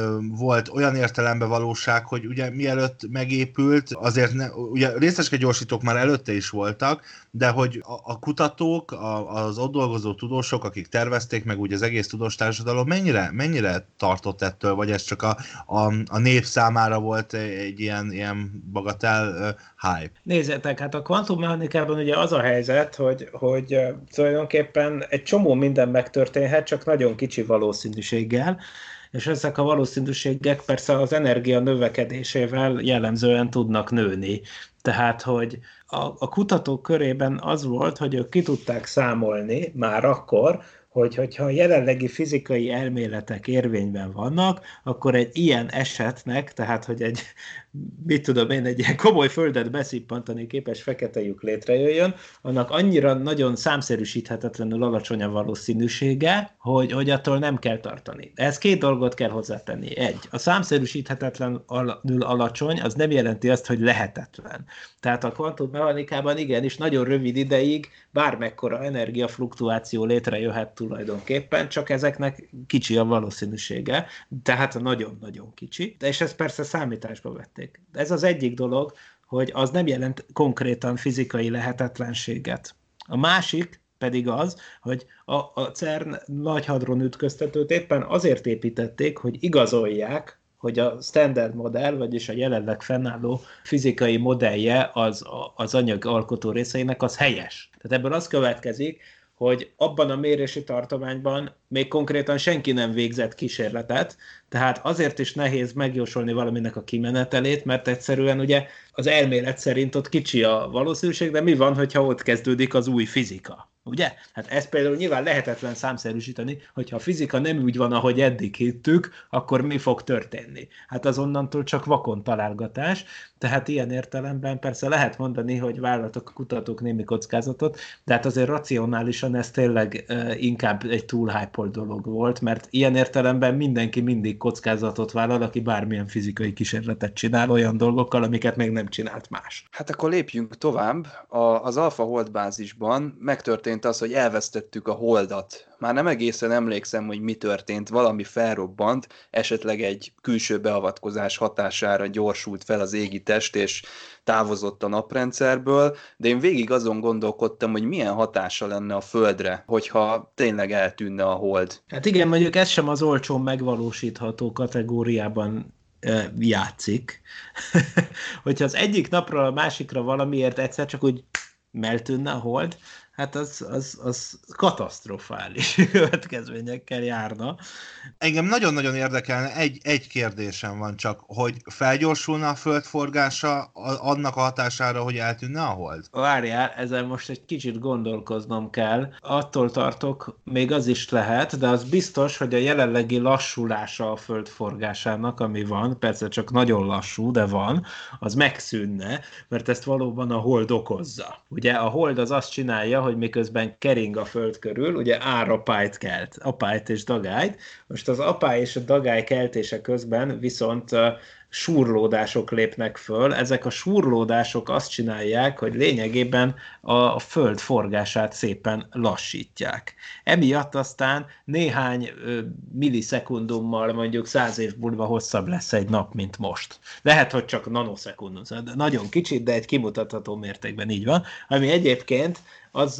volt olyan értelemben valóság, hogy ugye mielőtt megépült, azért ne, ugye részecske gyorsítók már előtte is voltak, de hogy a, a kutatók, a, az ott dolgozó tudósok, akik tervezték meg úgy az egész tudós társadalom, mennyire, mennyire tartott ettől, vagy ez csak a, a, a nép számára volt egy ilyen, ilyen bagatel uh, hype? Nézzétek, hát a kvantummechanikában ugye az a helyzet, hogy, hogy uh, tulajdonképpen egy csomó minden megtörténhet, csak nagyon kicsi valószínűséggel, és ezek a valószínűségek persze az energia növekedésével jellemzően tudnak nőni. Tehát, hogy a, a kutatók körében az volt, hogy ők ki tudták számolni már akkor, hogy hogyha a jelenlegi fizikai elméletek érvényben vannak, akkor egy ilyen esetnek, tehát hogy egy, mit tudom én, egy ilyen komoly földet beszippantani képes fekete lyuk létrejöjjön, annak annyira nagyon számszerűsíthetetlenül alacsony a valószínűsége, hogy, hogy attól nem kell tartani. Ehhez két dolgot kell hozzátenni. Egy, a számszerűsíthetetlenül alacsony, az nem jelenti azt, hogy lehetetlen. Tehát a kvantummechanikában igenis nagyon rövid ideig bármekkora energiafluktuáció létrejöhet tulajdonképpen, csak ezeknek kicsi a valószínűsége, tehát nagyon-nagyon kicsi, de és ezt persze számításba vették. Ez az egyik dolog, hogy az nem jelent konkrétan fizikai lehetetlenséget. A másik pedig az, hogy a, a cern nagy hadronütköztetőt éppen azért építették, hogy igazolják, hogy a standard modell, vagyis a jelenleg fennálló fizikai modellje az, az anyag alkotó részeinek az helyes. Tehát ebből az következik, hogy abban a mérési tartományban még konkrétan senki nem végzett kísérletet, tehát azért is nehéz megjósolni valaminek a kimenetelét, mert egyszerűen ugye az elmélet szerint ott kicsi a valószínűség, de mi van, hogyha ott kezdődik az új fizika? Ugye? Hát ezt például nyilván lehetetlen számszerűsíteni, hogyha a fizika nem úgy van, ahogy eddig hittük, akkor mi fog történni? Hát az onnantól csak vakon találgatás, tehát ilyen értelemben persze lehet mondani, hogy vállaltak a kutatók némi kockázatot, de hát azért racionálisan ez tényleg uh, inkább egy túl hype-olt dolog volt, mert ilyen értelemben mindenki mindig kockázatot vállal, aki bármilyen fizikai kísérletet csinál olyan dolgokkal, amiket még nem csinált más. Hát akkor lépjünk tovább. A, az Alpha Hold bázisban megtörtént az, hogy elvesztettük a holdat. Már nem egészen emlékszem, hogy mi történt, valami felrobbant, esetleg egy külső beavatkozás hatására gyorsult fel az égi test, és távozott a naprendszerből, de én végig azon gondolkodtam, hogy milyen hatása lenne a Földre, hogyha tényleg eltűnne a hold. Hát igen, mondjuk ez sem az olcsón megvalósítható kategóriában e, játszik. Hogyha az egyik napról a másikra valamiért egyszer csak úgy eltűnne a hold, hát az, az, az katasztrofális következményekkel járna. Engem nagyon-nagyon érdekelne, egy, egy kérdésem van csak, hogy felgyorsulna a Föld forgása annak a hatására, hogy eltűnne a hold? Várjál, ezen most egy kicsit gondolkoznom kell. Attól tartok, még az is lehet, de az biztos, hogy a jelenlegi lassulása a Föld forgásának, ami van, persze csak nagyon lassú, de van, az megszűnne, mert ezt valóban a hold okozza. Ugye a hold az azt csinálja, hogy miközben kering a Föld körül, ugye árapályt kelt, apályt és dagályt. Most az apály és a dagály keltése közben viszont uh, súrlódások lépnek föl. Ezek a súrlódások azt csinálják, hogy lényegében a, a Föld forgását szépen lassítják. Emiatt aztán néhány uh, millisekundummal, mondjuk száz év múlva hosszabb lesz egy nap, mint most. Lehet, hogy csak nanoszekundum, nagyon kicsit, de egy kimutatható mértékben így van, ami egyébként azzal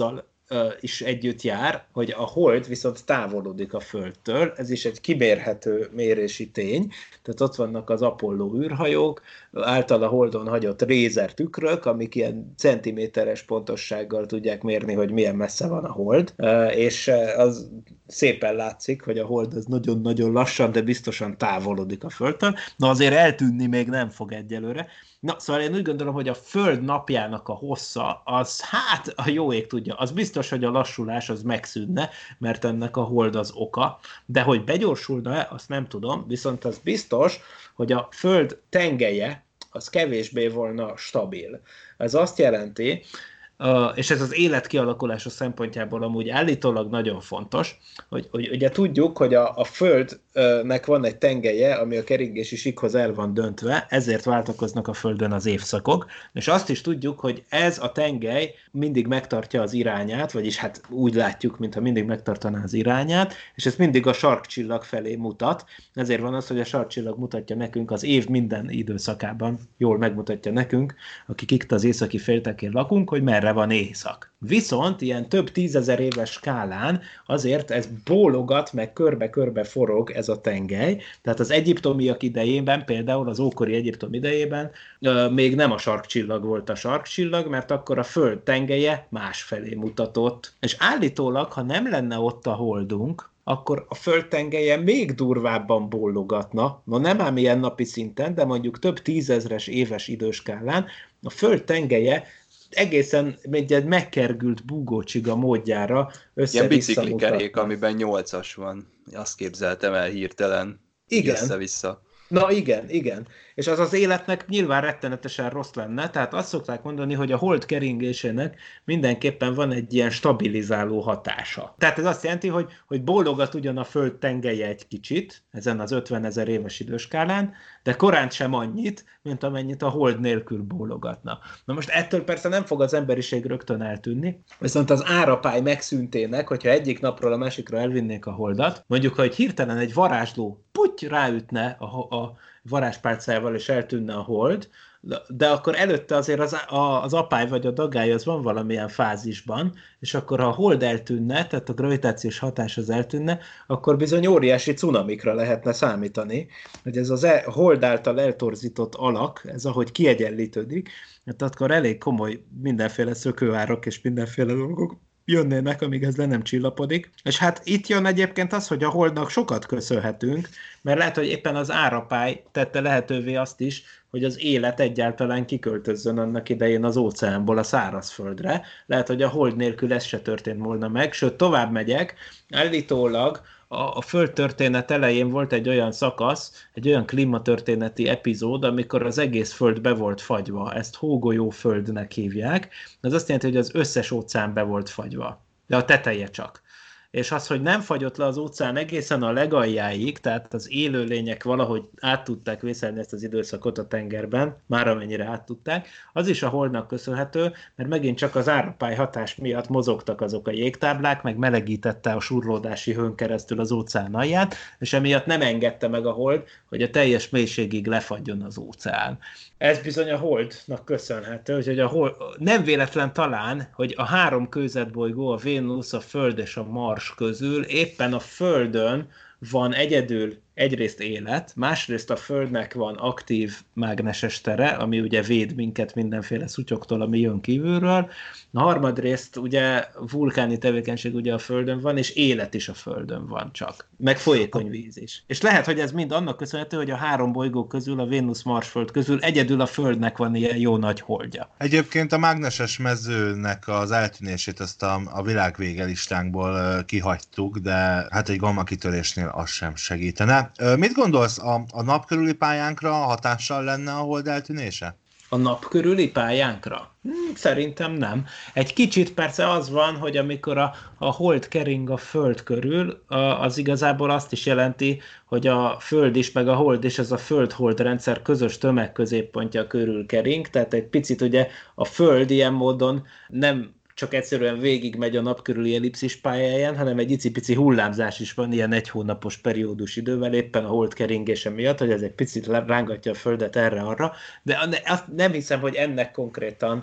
is együtt jár, hogy a hold viszont távolodik a Földtől, ez is egy kimérhető mérési tény, tehát ott vannak az Apollo űrhajók, által a holdon hagyott lézer tükrök, amik ilyen centiméteres pontossággal tudják mérni, hogy milyen messze van a hold, és az szépen látszik, hogy a hold az nagyon-nagyon lassan, de biztosan távolodik a Földtől, na azért eltűnni még nem fog egyelőre. Na, szóval én úgy gondolom, hogy a Föld napjának a hossza, az hát a jó ég tudja, az biztos, hogy a lassulás az megszűnne, mert ennek a hold az oka, de hogy begyorsulna-e, azt nem tudom, viszont az biztos, hogy a Föld tengelye az kevésbé volna stabil. Ez azt jelenti, Uh, és ez az élet kialakulása szempontjából amúgy állítólag nagyon fontos, hogy, hogy ugye tudjuk, hogy a, a Földnek van egy tengelye, ami a keringési síkhoz el van döntve, ezért váltakoznak a Földön az évszakok, és azt is tudjuk, hogy ez a tengely mindig megtartja az irányát, vagyis hát úgy látjuk, mintha mindig megtartaná az irányát, és ez mindig a sarkcsillag felé mutat, ezért van az, hogy a sarkcsillag mutatja nekünk az év minden időszakában, jól megmutatja nekünk, akik itt az északi féltekén lakunk, hogy merre van éjszak. Viszont ilyen több tízezer éves skálán azért ez bólogat, meg körbe-körbe forog ez a tengely, tehát az egyiptomiak idejében, például az ókori Egyiptom idejében euh, még nem a sarkcsillag volt a sarkcsillag, mert akkor a Föld tengelye másfelé mutatott. És állítólag, ha nem lenne ott a holdunk, akkor a Föld tengelye még durvábban bólogatna, no nem ám ilyen napi szinten, de mondjuk több tízezres éves időskálán a Föld tengelye egészen egy megkergült búgócsiga módjára össze-vissza ilyen biciklikerék, amiben nyolcas van. Azt képzeltem el hirtelen. Igen. Össze-vissza. Na igen, igen. És az az életnek nyilván rettenetesen rossz lenne, tehát azt szokták mondani, hogy a hold keringésének mindenképpen van egy ilyen stabilizáló hatása. Tehát ez azt jelenti, hogy, hogy bólogat ugyan a Föld tengelye egy kicsit, ezen az ötvenezer éves időskálán, de korán sem annyit, mint amennyit a hold nélkül bólogatna. Na most ettől persze nem fog az emberiség rögtön eltűnni, viszont az árapály megszűntének, hogyha egyik napról a másikra elvinnék a holdat, mondjuk, hogy hirtelen egy varázsló puty ráütne a, a varázspálcával és eltűnne a hold, de akkor előtte azért az, a, az apály vagy a dagály az van valamilyen fázisban, és akkor ha a hold eltűnne, tehát a gravitációs hatás az eltűnne, akkor bizony óriási cunamikra lehetne számítani, hogy ez az e, hold által eltorzított alak, ez ahogy kiegyenlítődik, hát akkor elég komoly mindenféle szökőárak és mindenféle dolgok jönnének, amíg ez le nem csillapodik. És hát itt jön egyébként az, hogy a holdnak sokat köszönhetünk, mert lehet, hogy éppen az árapály tette lehetővé azt is, hogy az élet egyáltalán kiköltözzön annak idején az óceánból a szárazföldre. Lehet, hogy a hold nélkül ez se történt volna meg, sőt tovább megyek, állítólag a, a földtörténet elején volt egy olyan szakasz, egy olyan klímatörténeti epizód, amikor az egész föld be volt fagyva. Ezt hógolyó földnek hívják. Ez azt jelenti, hogy az összes óceán be volt fagyva, de a teteje csak. És az, hogy nem fagyott le az óceán egészen a legaljáig, tehát az élőlények valahogy át tudták vészelni ezt az időszakot a tengerben, már amennyire át tudták, az is a holdnak köszönhető, mert megint csak az árapály hatás miatt mozogtak azok a jégtáblák, meg melegítette a surlódási hőn keresztül az óceán alját, és emiatt nem engedte meg a hold, hogy a teljes mélységig lefagyjon az óceán. Ez bizony a holdnak köszönhető, hogy a hold, nem véletlen talán, hogy a három kőzetbolygó, a Vénusz, a Föld és a Mars közül éppen a Földön van egyedül egyrészt élet, másrészt a Földnek van aktív mágneses tere, ami ugye véd minket mindenféle szutyoktól, ami jön kívülről. A harmadrészt ugye vulkáni tevékenység ugye a Földön van, és élet is a Földön van csak, meg folyékony víz is. És lehet, hogy ez mind annak köszönhető, hogy a három bolygó közül, a Vénusz, Mars, Föld közül egyedül a Földnek van ilyen jó nagy holdja. Egyébként a mágneses mezőnek az eltűnését ezt a, a világvége listánkból kihagytuk, de hát egy gamma kitörésnél az sem segítene. Mit gondolsz, a, a nap körüli pályánkra hatással lenne a hold eltűnése? A nap körüli pályánkra? Hm, szerintem nem. Egy kicsit persze az van, hogy amikor a, a hold kering a Föld körül, az igazából azt is jelenti, hogy a Föld is, meg a hold is, ez a Föld-hold rendszer közös tömegközéppontja körül kering, tehát egy picit ugye a Föld ilyen módon nem csak egyszerűen végig megy a nap körüli ellipszis pályáján, hanem egy icipici hullámzás is van ilyen egy hónapos periódus idővel, éppen a hold keringése miatt, hogy ez egy picit rángatja a Földet erre-arra, de azt nem hiszem, hogy ennek konkrétan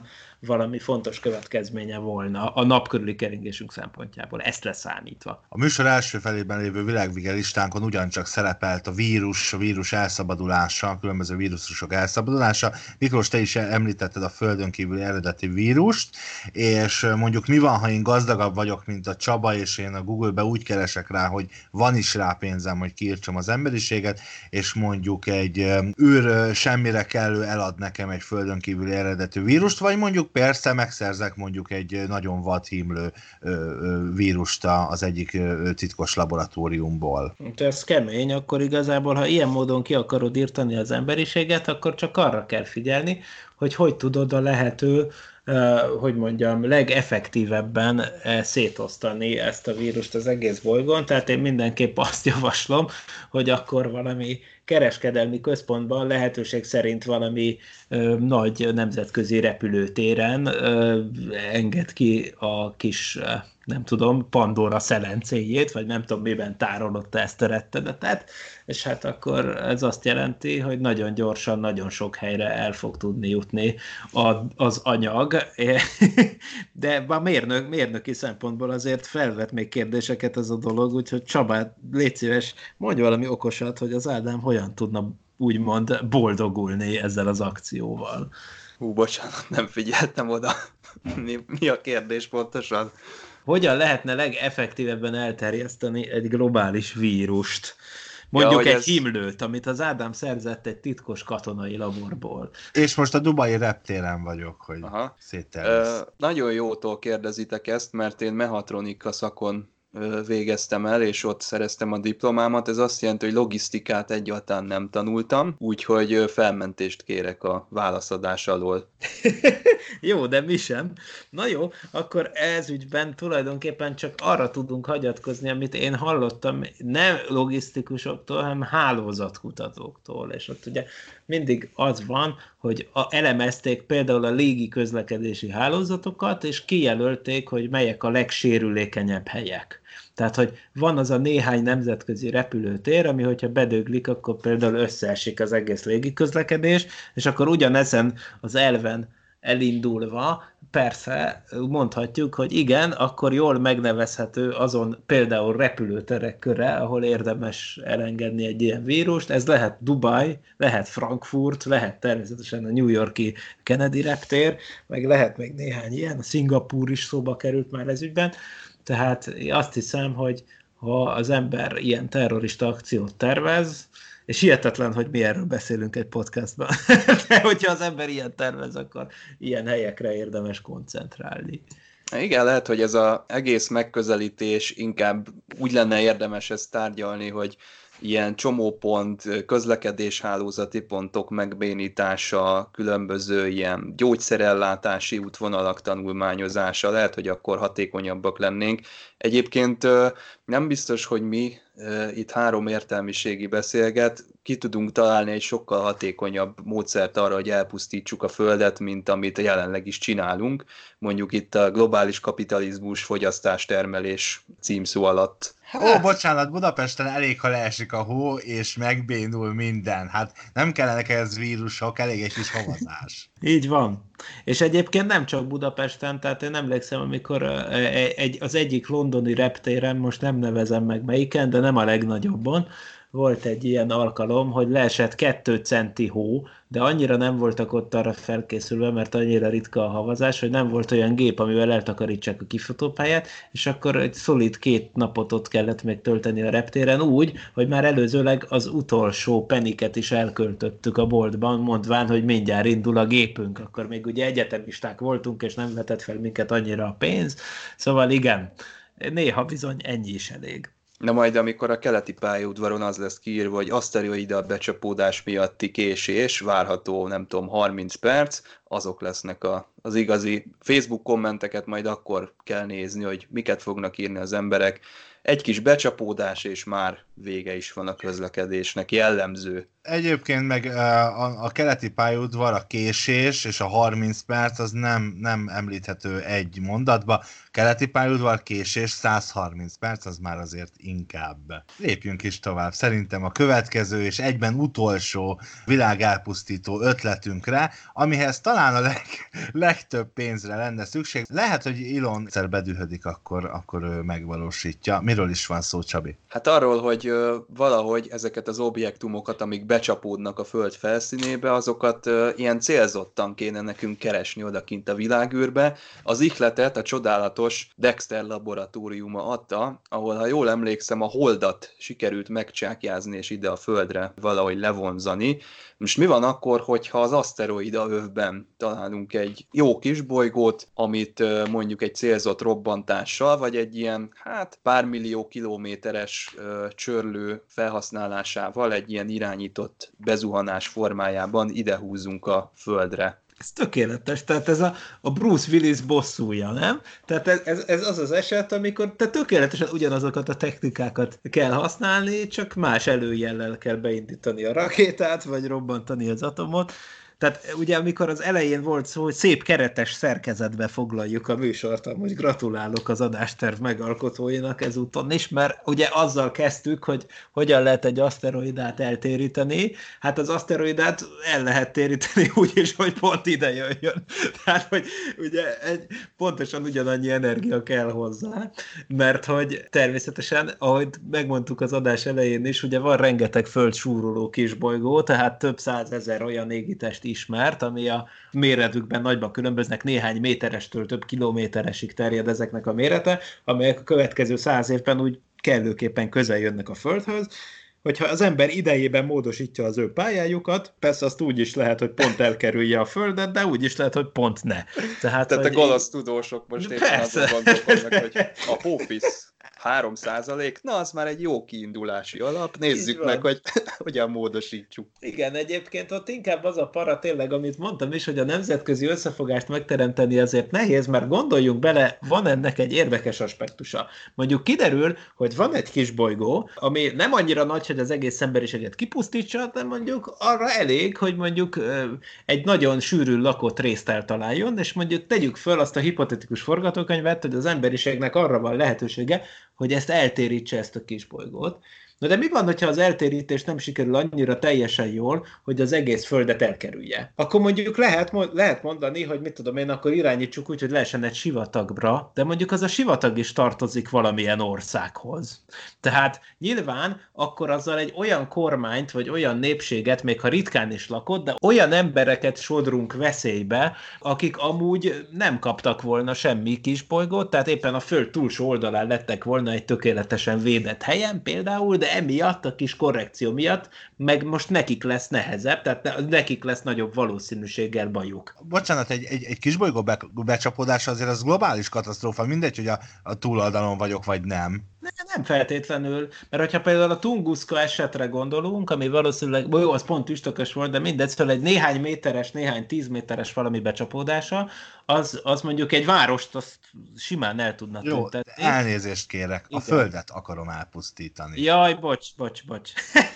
valami fontos következménye volna a nap körüli keringésünk szempontjából, ezt leszámítva. A műsor első felében lévő világvége listánkon ugyancsak szerepelt a vírus, a vírus elszabadulása, a különböző vírusok elszabadulása. Miklós, te is említetted a földön kívüli eredeti vírust, és mondjuk mi van, ha én gazdagabb vagyok, mint a Csaba, és én a Google-be úgy keresek rá, hogy van is rá pénzem, hogy kiírtsam az emberiséget, és mondjuk egy űr semmire kellő elad nekem egy földön kívüli eredetű vírust, vagy mondjuk persze megszerzek mondjuk egy nagyon vadhímlő vírust az egyik titkos laboratóriumból. Ez kemény, akkor igazából, ha ilyen módon ki akarod írtani az emberiséget, akkor csak arra kell figyelni, hogy hogy tudod a lehető, uh, hogy mondjam, legeffektívebben uh, szétosztani ezt a vírust az egész bolygón. Tehát én mindenképp azt javaslom, hogy akkor valami kereskedelmi központban lehetőség szerint valami ö, nagy nemzetközi repülőtéren ö, enged ki a kis, ö, nem tudom, Pandora szelencéjét, vagy nem tudom, miben tárolott ezt a rettenetet, és hát akkor ez azt jelenti, hogy nagyon gyorsan, nagyon sok helyre el fog tudni jutni a, az anyag, de a mérnök, mérnöki szempontból azért felvet még kérdéseket ez a dolog, úgyhogy Csaba, légy szíves, mondj valami okosat, hogy az Ádám hogyan tudna úgymond boldogulni ezzel az akcióval. Hú, bocsánat, nem figyeltem oda. Mi, mi a kérdés pontosan? Hogyan lehetne legeffektívebben elterjeszteni egy globális vírust? Mondjuk ja, egy ez... himlőt, amit az Ádám szerzett egy titkos katonai laborból. És most a dubai reptéren vagyok, hogy széttervez. Nagyon jótól kérdezitek ezt, mert én mechatronika szakon végeztem el, és ott szereztem a diplomámat. Ez azt jelenti, hogy logisztikát egyáltalán nem tanultam, úgyhogy felmentést kérek a válaszadás alól. Jó, de mi sem. Na jó, akkor ez ügyben tulajdonképpen csak arra tudunk hagyatkozni, amit én hallottam, nem logisztikusoktól, hanem hálózatkutatóktól, és ott ugye mindig az van, hogy a, elemezték például a légi közlekedési hálózatokat, és kijelölték, hogy melyek a legsérülékenyebb helyek. Tehát, hogy van az a néhány nemzetközi repülőtér, ami, hogyha bedöglik, akkor például összeesik az egész légiközlekedés, és akkor ugyanezen az elven elindulva, persze mondhatjuk, hogy igen, akkor jól megnevezhető azon például repülőterek köre, ahol érdemes elengedni egy ilyen vírust. Ez lehet Dubaj, lehet Frankfurt, lehet természetesen a New York-i Kennedy reptér, meg lehet még néhány ilyen, a Szingapúr is szóba került már ez ügyben. Tehát azt hiszem, hogy ha az ember ilyen terrorista akciót tervez, és hihetetlen, hogy mi erről beszélünk egy podcastban, de hogyha az ember ilyen tervez, akkor ilyen helyekre érdemes koncentrálni. Igen, lehet, hogy ez az egész megközelítés inkább úgy lenne érdemes ezt tárgyalni, hogy ilyen csomópont, közlekedéshálózati pontok megbénítása, különböző ilyen gyógyszerellátási útvonalak tanulmányozása, lehet, hogy akkor hatékonyabbak lennénk. Egyébként nem biztos, hogy mi itt három értelmiségi beszélget, ki tudunk találni egy sokkal hatékonyabb módszert arra, hogy elpusztítsuk a Földet, mint amit jelenleg is csinálunk. Mondjuk itt a globális kapitalizmus, fogyasztás, termelés címszó alatt. Ó, bocsánat, Budapesten elég, ha leesik a hó, és megbénul minden. Hát nem kellenek ez vírusok, elég egy kis havazás. Így van. És egyébként nem csak Budapesten, tehát én emlékszem, amikor egy, az egyik londoni reptéren, most nem nevezem meg melyiken, de nem a legnagyobban, volt egy ilyen alkalom, hogy leesett kettő centi hó, de annyira nem voltak ott arra felkészülve, mert annyira ritka a havazás, hogy nem volt olyan gép, amivel eltakarítsák a kifutópályát, és akkor egy szolid két napot ott kellett még tölteni a reptéren úgy, hogy már előzőleg az utolsó peniket is elköltöttük a boltban, mondván, hogy mindjárt indul a gépünk. Akkor még ugye egyetemisták voltunk, és nem vetett fel minket annyira a pénz. Szóval igen, néha bizony ennyi is elég. Na majd, amikor a keleti pályaudvaron az lesz kiírva, hogy aszteroida becsapódás miatti késés, várható, nem tudom, harminc perc, azok lesznek a, az igazi Facebook kommenteket, majd akkor kell nézni, hogy miket fognak írni az emberek. Egy kis becsapódás, és már vége is van a közlekedésnek, jellemző Egyébként meg a, a keleti pályaudvar, a késés és a harminc perc az nem, nem említhető egy mondatba. Keleti pályaudvar, késés, száz harminc perc, az már azért inkább. Lépjünk is tovább. Szerintem a következő és egyben utolsó világelpusztító ötletünkre, amihez talán a leg, legtöbb pénzre lenne szükség. Lehet, hogy Elon egyszer bedühödik, akkor, akkor ő megvalósítja. Miről is van szó, Csabi? Hát arról, hogy ö, valahogy ezeket az objektumokat, amik becsapódnak a Föld felszínébe, azokat ö, ilyen célzottan kéne nekünk keresni odakint a világűrbe. Az ihletet a csodálatos Dexter laboratóriuma adta, ahol, ha jól emlékszem, a Holdat sikerült megcsákjázni és ide a Földre valahogy levonzani. Most mi van akkor, hogyha az aszteroida övben találunk egy jó kis bolygót, amit ö, mondjuk egy célzott robbantással, vagy egy ilyen, hát pár millió kilométeres ö, csörlő felhasználásával, egy ilyen irányított bezuhanás formájában idehúzunk a Földre. Ez tökéletes, tehát ez a, a Bruce Willis bosszúja, nem? Tehát ez, ez, ez az az eset, amikor te tökéletesen ugyanazokat a technikákat kell használni, csak más előjellel kell beindítani a rakétát, vagy robbantani az atomot. Tehát ugye amikor az elején volt szó, hogy szép keretes szerkezetbe foglaljuk a műsort, amúgy gratulálok az adásterv megalkotóinak ezúton is, mert ugye azzal kezdtük, hogy hogyan lehet egy aszteroidát eltéríteni. Hát az aszteroidát el lehet téríteni úgy is, hogy pont ide jöjjön. Tehát, hogy ugye egy, pontosan ugyanannyi energia kell hozzá, mert hogy természetesen, ahogy megmondtuk az adás elején is, ugye van rengeteg földsúroló kisbolygó, tehát több százezer olyan égitest ismert, ami a méretükben nagyban különböznek, néhány méterestől több kilométeresig terjed ezeknek a mérete, amelyek a következő száz évben úgy kellőképpen közel jönnek a Földhöz. Hogyha az ember idejében módosítja az ő pályájukat, persze azt úgy is lehet, hogy pont elkerülje a Földet, de úgy is lehet, hogy pont ne. Tehát, Tehát hogy a gonosz tudósok most éppen azon gondolkodnak, hogy a hófisz három százalék, na az már egy jó kiindulási alap, nézzük meg, hogy hogyan módosítjuk. Igen, egyébként ott inkább az a para tényleg, amit mondtam is, hogy a nemzetközi összefogást megteremteni azért nehéz, mert gondoljunk bele, van ennek egy érdekes aspektusa. Mondjuk kiderül, hogy van egy kis bolygó, ami nem annyira nagy, hogy az egész emberiséget kipusztítsa, de mondjuk arra elég, hogy mondjuk egy nagyon sűrűn lakott részt eltaláljon, és mondjuk tegyük föl azt a hipotetikus forgatókönyvet, hogy az emberiségnek arra van lehetősége, hogy ezt eltérítse, ezt a kisbolygót. Na de mi van, hogyha az eltérítés nem sikerül annyira teljesen jól, hogy az egész Földet elkerülje? Akkor mondjuk lehet, lehet mondani, hogy mit tudom én, akkor irányítsuk úgy, hogy lehessen egy sivatagra, de mondjuk az a sivatag is tartozik valamilyen országhoz. Tehát nyilván akkor azzal egy olyan kormányt, vagy olyan népséget, még ha ritkán is lakott, de olyan embereket sodrunk veszélybe, akik amúgy nem kaptak volna semmi kisbolygót, tehát éppen a Föld túlsó oldalán lettek volna egy tökéletesen védett helyen például, de emiatt, a kis korrekció miatt, meg most nekik lesz nehezebb, tehát nekik lesz nagyobb valószínűséggel bajuk. Bocsánat, egy, egy, egy kisbolygó be, becsapódása azért az globális katasztrófa, mindegy, hogy a, a túloldalon vagyok, vagy nem. Ne, nem feltétlenül, mert hogyha például a Tunguska esetre gondolunk, ami valószínűleg, jó, az pont üstökös volt, de mindegy, szóval egy néhány méteres, néhány tíz méteres valami becsapódása, az, az mondjuk egy várost azt simán el tudna jó, tüntetni. Elnézést kérek, igen. A Földet akarom elpusztítani. Jaj, bocs, bocs, bocs.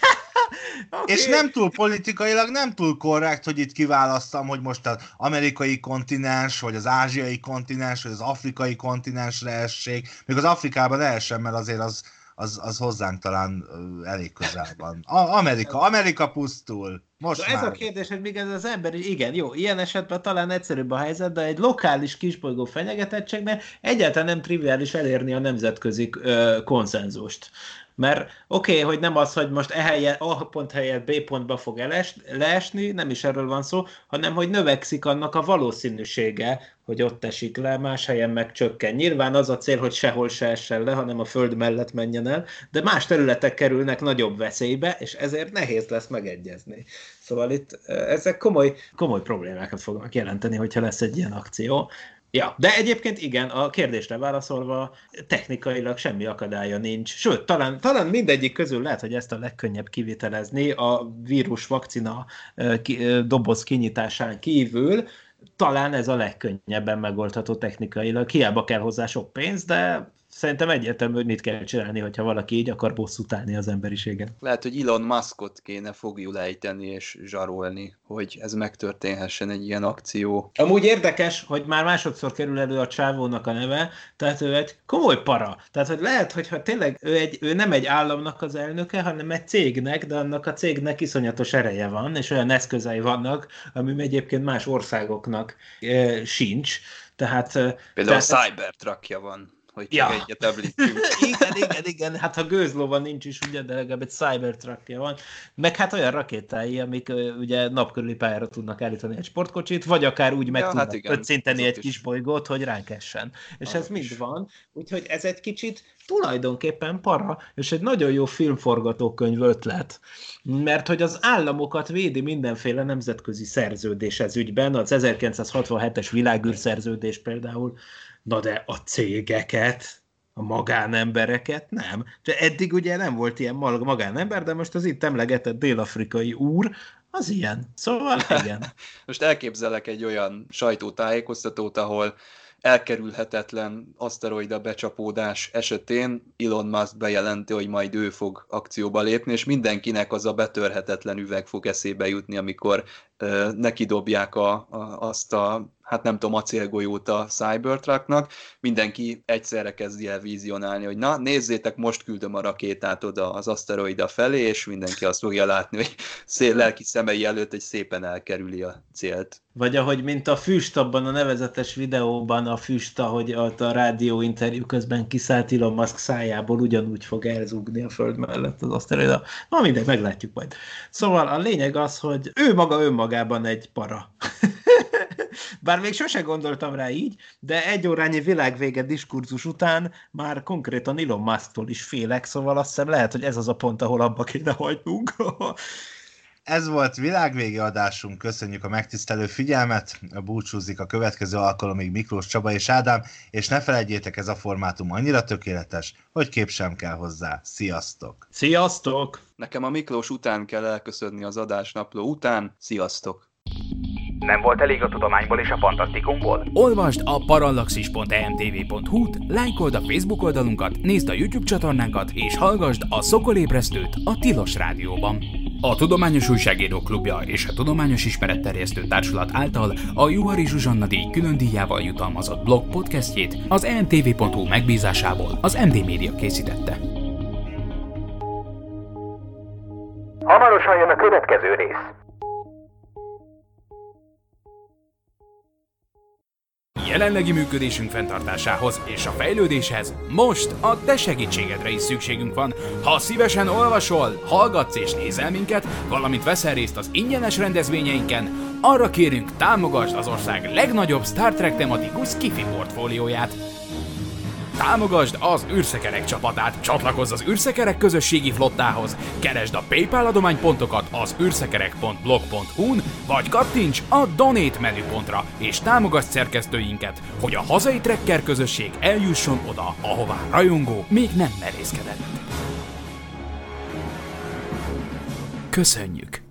Okay. És nem túl politikailag, nem túl korrekt, hogy itt kiválasztam, hogy most az amerikai kontinens, vagy az ázsiai kontinens, vagy az afrikai kontinensre essék. Még az Afrikában essen, mert azért az, az, az hozzánk talán elég közel van. A- Amerika, Amerika pusztul. Most ez a kérdés, hogy még ez az ember, igen, jó, ilyen esetben talán egyszerűbb a helyzet, de egy lokális kisbolygó fenyegetettségnél egyáltalán nem triviális elérni a nemzetközi ö, konszenzust. Mert oké, okay, hogy nem az, hogy most e helyet, A pont helyett B pontba fog eles, leesni, nem is erről van szó, hanem hogy növekszik annak a valószínűsége, hogy ott esik le, más helyen meg csökken. Nyilván az a cél, hogy sehol se essen le, hanem a Föld mellett menjen el, de más területek kerülnek nagyobb veszélybe, és ezért nehéz lesz megegyezni. Szóval itt ezek komoly, komoly problémákat fognak jelenteni, hogyha lesz egy ilyen akció. Ja, de egyébként igen, a kérdésre válaszolva technikailag semmi akadálya nincs. Sőt, talán, talán mindegyik közül lehet, hogy ezt a legkönnyebb kivitelezni a vírus vakcina doboz kinyitásán kívül, talán ez a legkönnyebben megoldható technikailag. Hiába kell hozzá sok pénz, de szerintem egyértelmű, hogy mit kell csinálni, hogyha valaki így akar bosszút állni az emberiségen. Lehet, hogy Elon Muskot kéne fogjul ejteni és zsarolni, hogy ez megtörténhessen egy ilyen akció. Amúgy érdekes, hogy már másodszor kerül elő a csávónak a neve, tehát ő egy komoly para. Tehát, hogy lehet, hogyha tényleg ő, egy, ő nem egy államnak az elnöke, hanem egy cégnek, de annak a cégnek iszonyatos ereje van, és olyan eszközei vannak, ami egyébként más országoknak e, sincs. Tehát, például tehát, a Cybertruckja van, hogy csak ja. egyet említünk. igen, igen, igen, hát ha gőzlóban nincs is, ugye, de legalább egy Cybertruckja van. Meg hát olyan rakétái, amik ugye napkörüli pályára tudnak állítani egy sportkocsit, vagy akár úgy meg ja, tudnak hát ötszinteni egy kis bolygót, hogy ránk essen. És ah, ez mind is van, úgyhogy ez egy kicsit tulajdonképpen para, és egy nagyon jó filmforgatókönyv ötlet, mert hogy az államokat védi mindenféle nemzetközi szerződés ez ügyben, az ezerkilencszázhatvanhetes világűrszerződés például, na de a cégeket, a magánembereket nem. De eddig ugye nem volt ilyen magánember, de most az itt emlegetett dél-afrikai úr, az ilyen. Szóval igen. Most elképzelek egy olyan sajtótájékoztatót, ahol elkerülhetetlen aszteroida becsapódás esetén Elon Musk bejelenti, hogy majd ő fog akcióba lépni, és mindenkinek az a betörhetetlen üveg fog eszébe jutni, amikor uh, nekidobják a, a, azt a, hát nem tudom, acélgolyót a Cybertrucknak, mindenki egyszerre kezdi el vizionálni, hogy na, nézzétek, most küldöm a rakétát oda az aszteroida felé, és mindenki azt fogja látni, hogy szél lelki szemei előtt egy szépen elkerüli a célt. Vagy ahogy, mint a Füst abban a nevezetes videóban, a Füst, ahogy a rádió interjú közben kiszállt Elon Musk szájából, ugyanúgy fog elzúgni a föld mellett az aszteroida. Na mindegy, meglátjuk majd. Szóval a lényeg az, hogy ő maga önmagában egy para. Bár még sose gondoltam rá így, de egy órányi világvége diskurzus után már konkrétan Elon Musktól is félek, szóval azt hiszem lehet, hogy ez az a pont, ahol abba kéne hagynunk. Ez volt világvége adásunk, köszönjük a megtisztelő figyelmet, búcsúzik a következő alkalomig Miklós, Csaba és Ádám, és ne felejtjétek, ez a formátum annyira tökéletes, hogy kép sem kell hozzá. Sziasztok! Sziasztok! Nekem a Miklós után kell elköszönni az adásnapló után. Sziasztok! Nem volt elég a tudományból és a fantasztikumból? Olvasd a parallaxis pont e m t v pont h u-t, lájkold a Facebook oldalunkat, nézd a YouTube csatornánkat, és hallgasd a Szokolébresztőt a Tilos Rádióban. A Tudományos Újságírók Klubja és a Tudományos Ismeretterjesztő Társulat által a Juhari Zsuzsanna díj külön díjával jutalmazott blog podcastjét az e m t v pont h u megbízásából az em dé Média készítette. Hamarosan jön a következő rész. Jelenlegi működésünk fenntartásához és a fejlődéshez most a te segítségedre is szükségünk van. Ha szívesen olvasol, hallgatsz és nézel minket, valamint veszel részt az ingyenes rendezvényeinken, arra kérünk, támogasd az ország legnagyobb Star Trek tematikus sci-fi portfólióját. Támogasd az űrszekerek csapatát, csatlakozz az űrszekerek közösségi flottához, keresd a PayPal adománypontokat az űrszekerek pont blog pont h u-n, vagy kattints a Donate menüpontra, és támogasd szerkesztőinket, hogy a hazai trekker közösség eljusson oda, ahová rajongó még nem merészkedett. Köszönjük!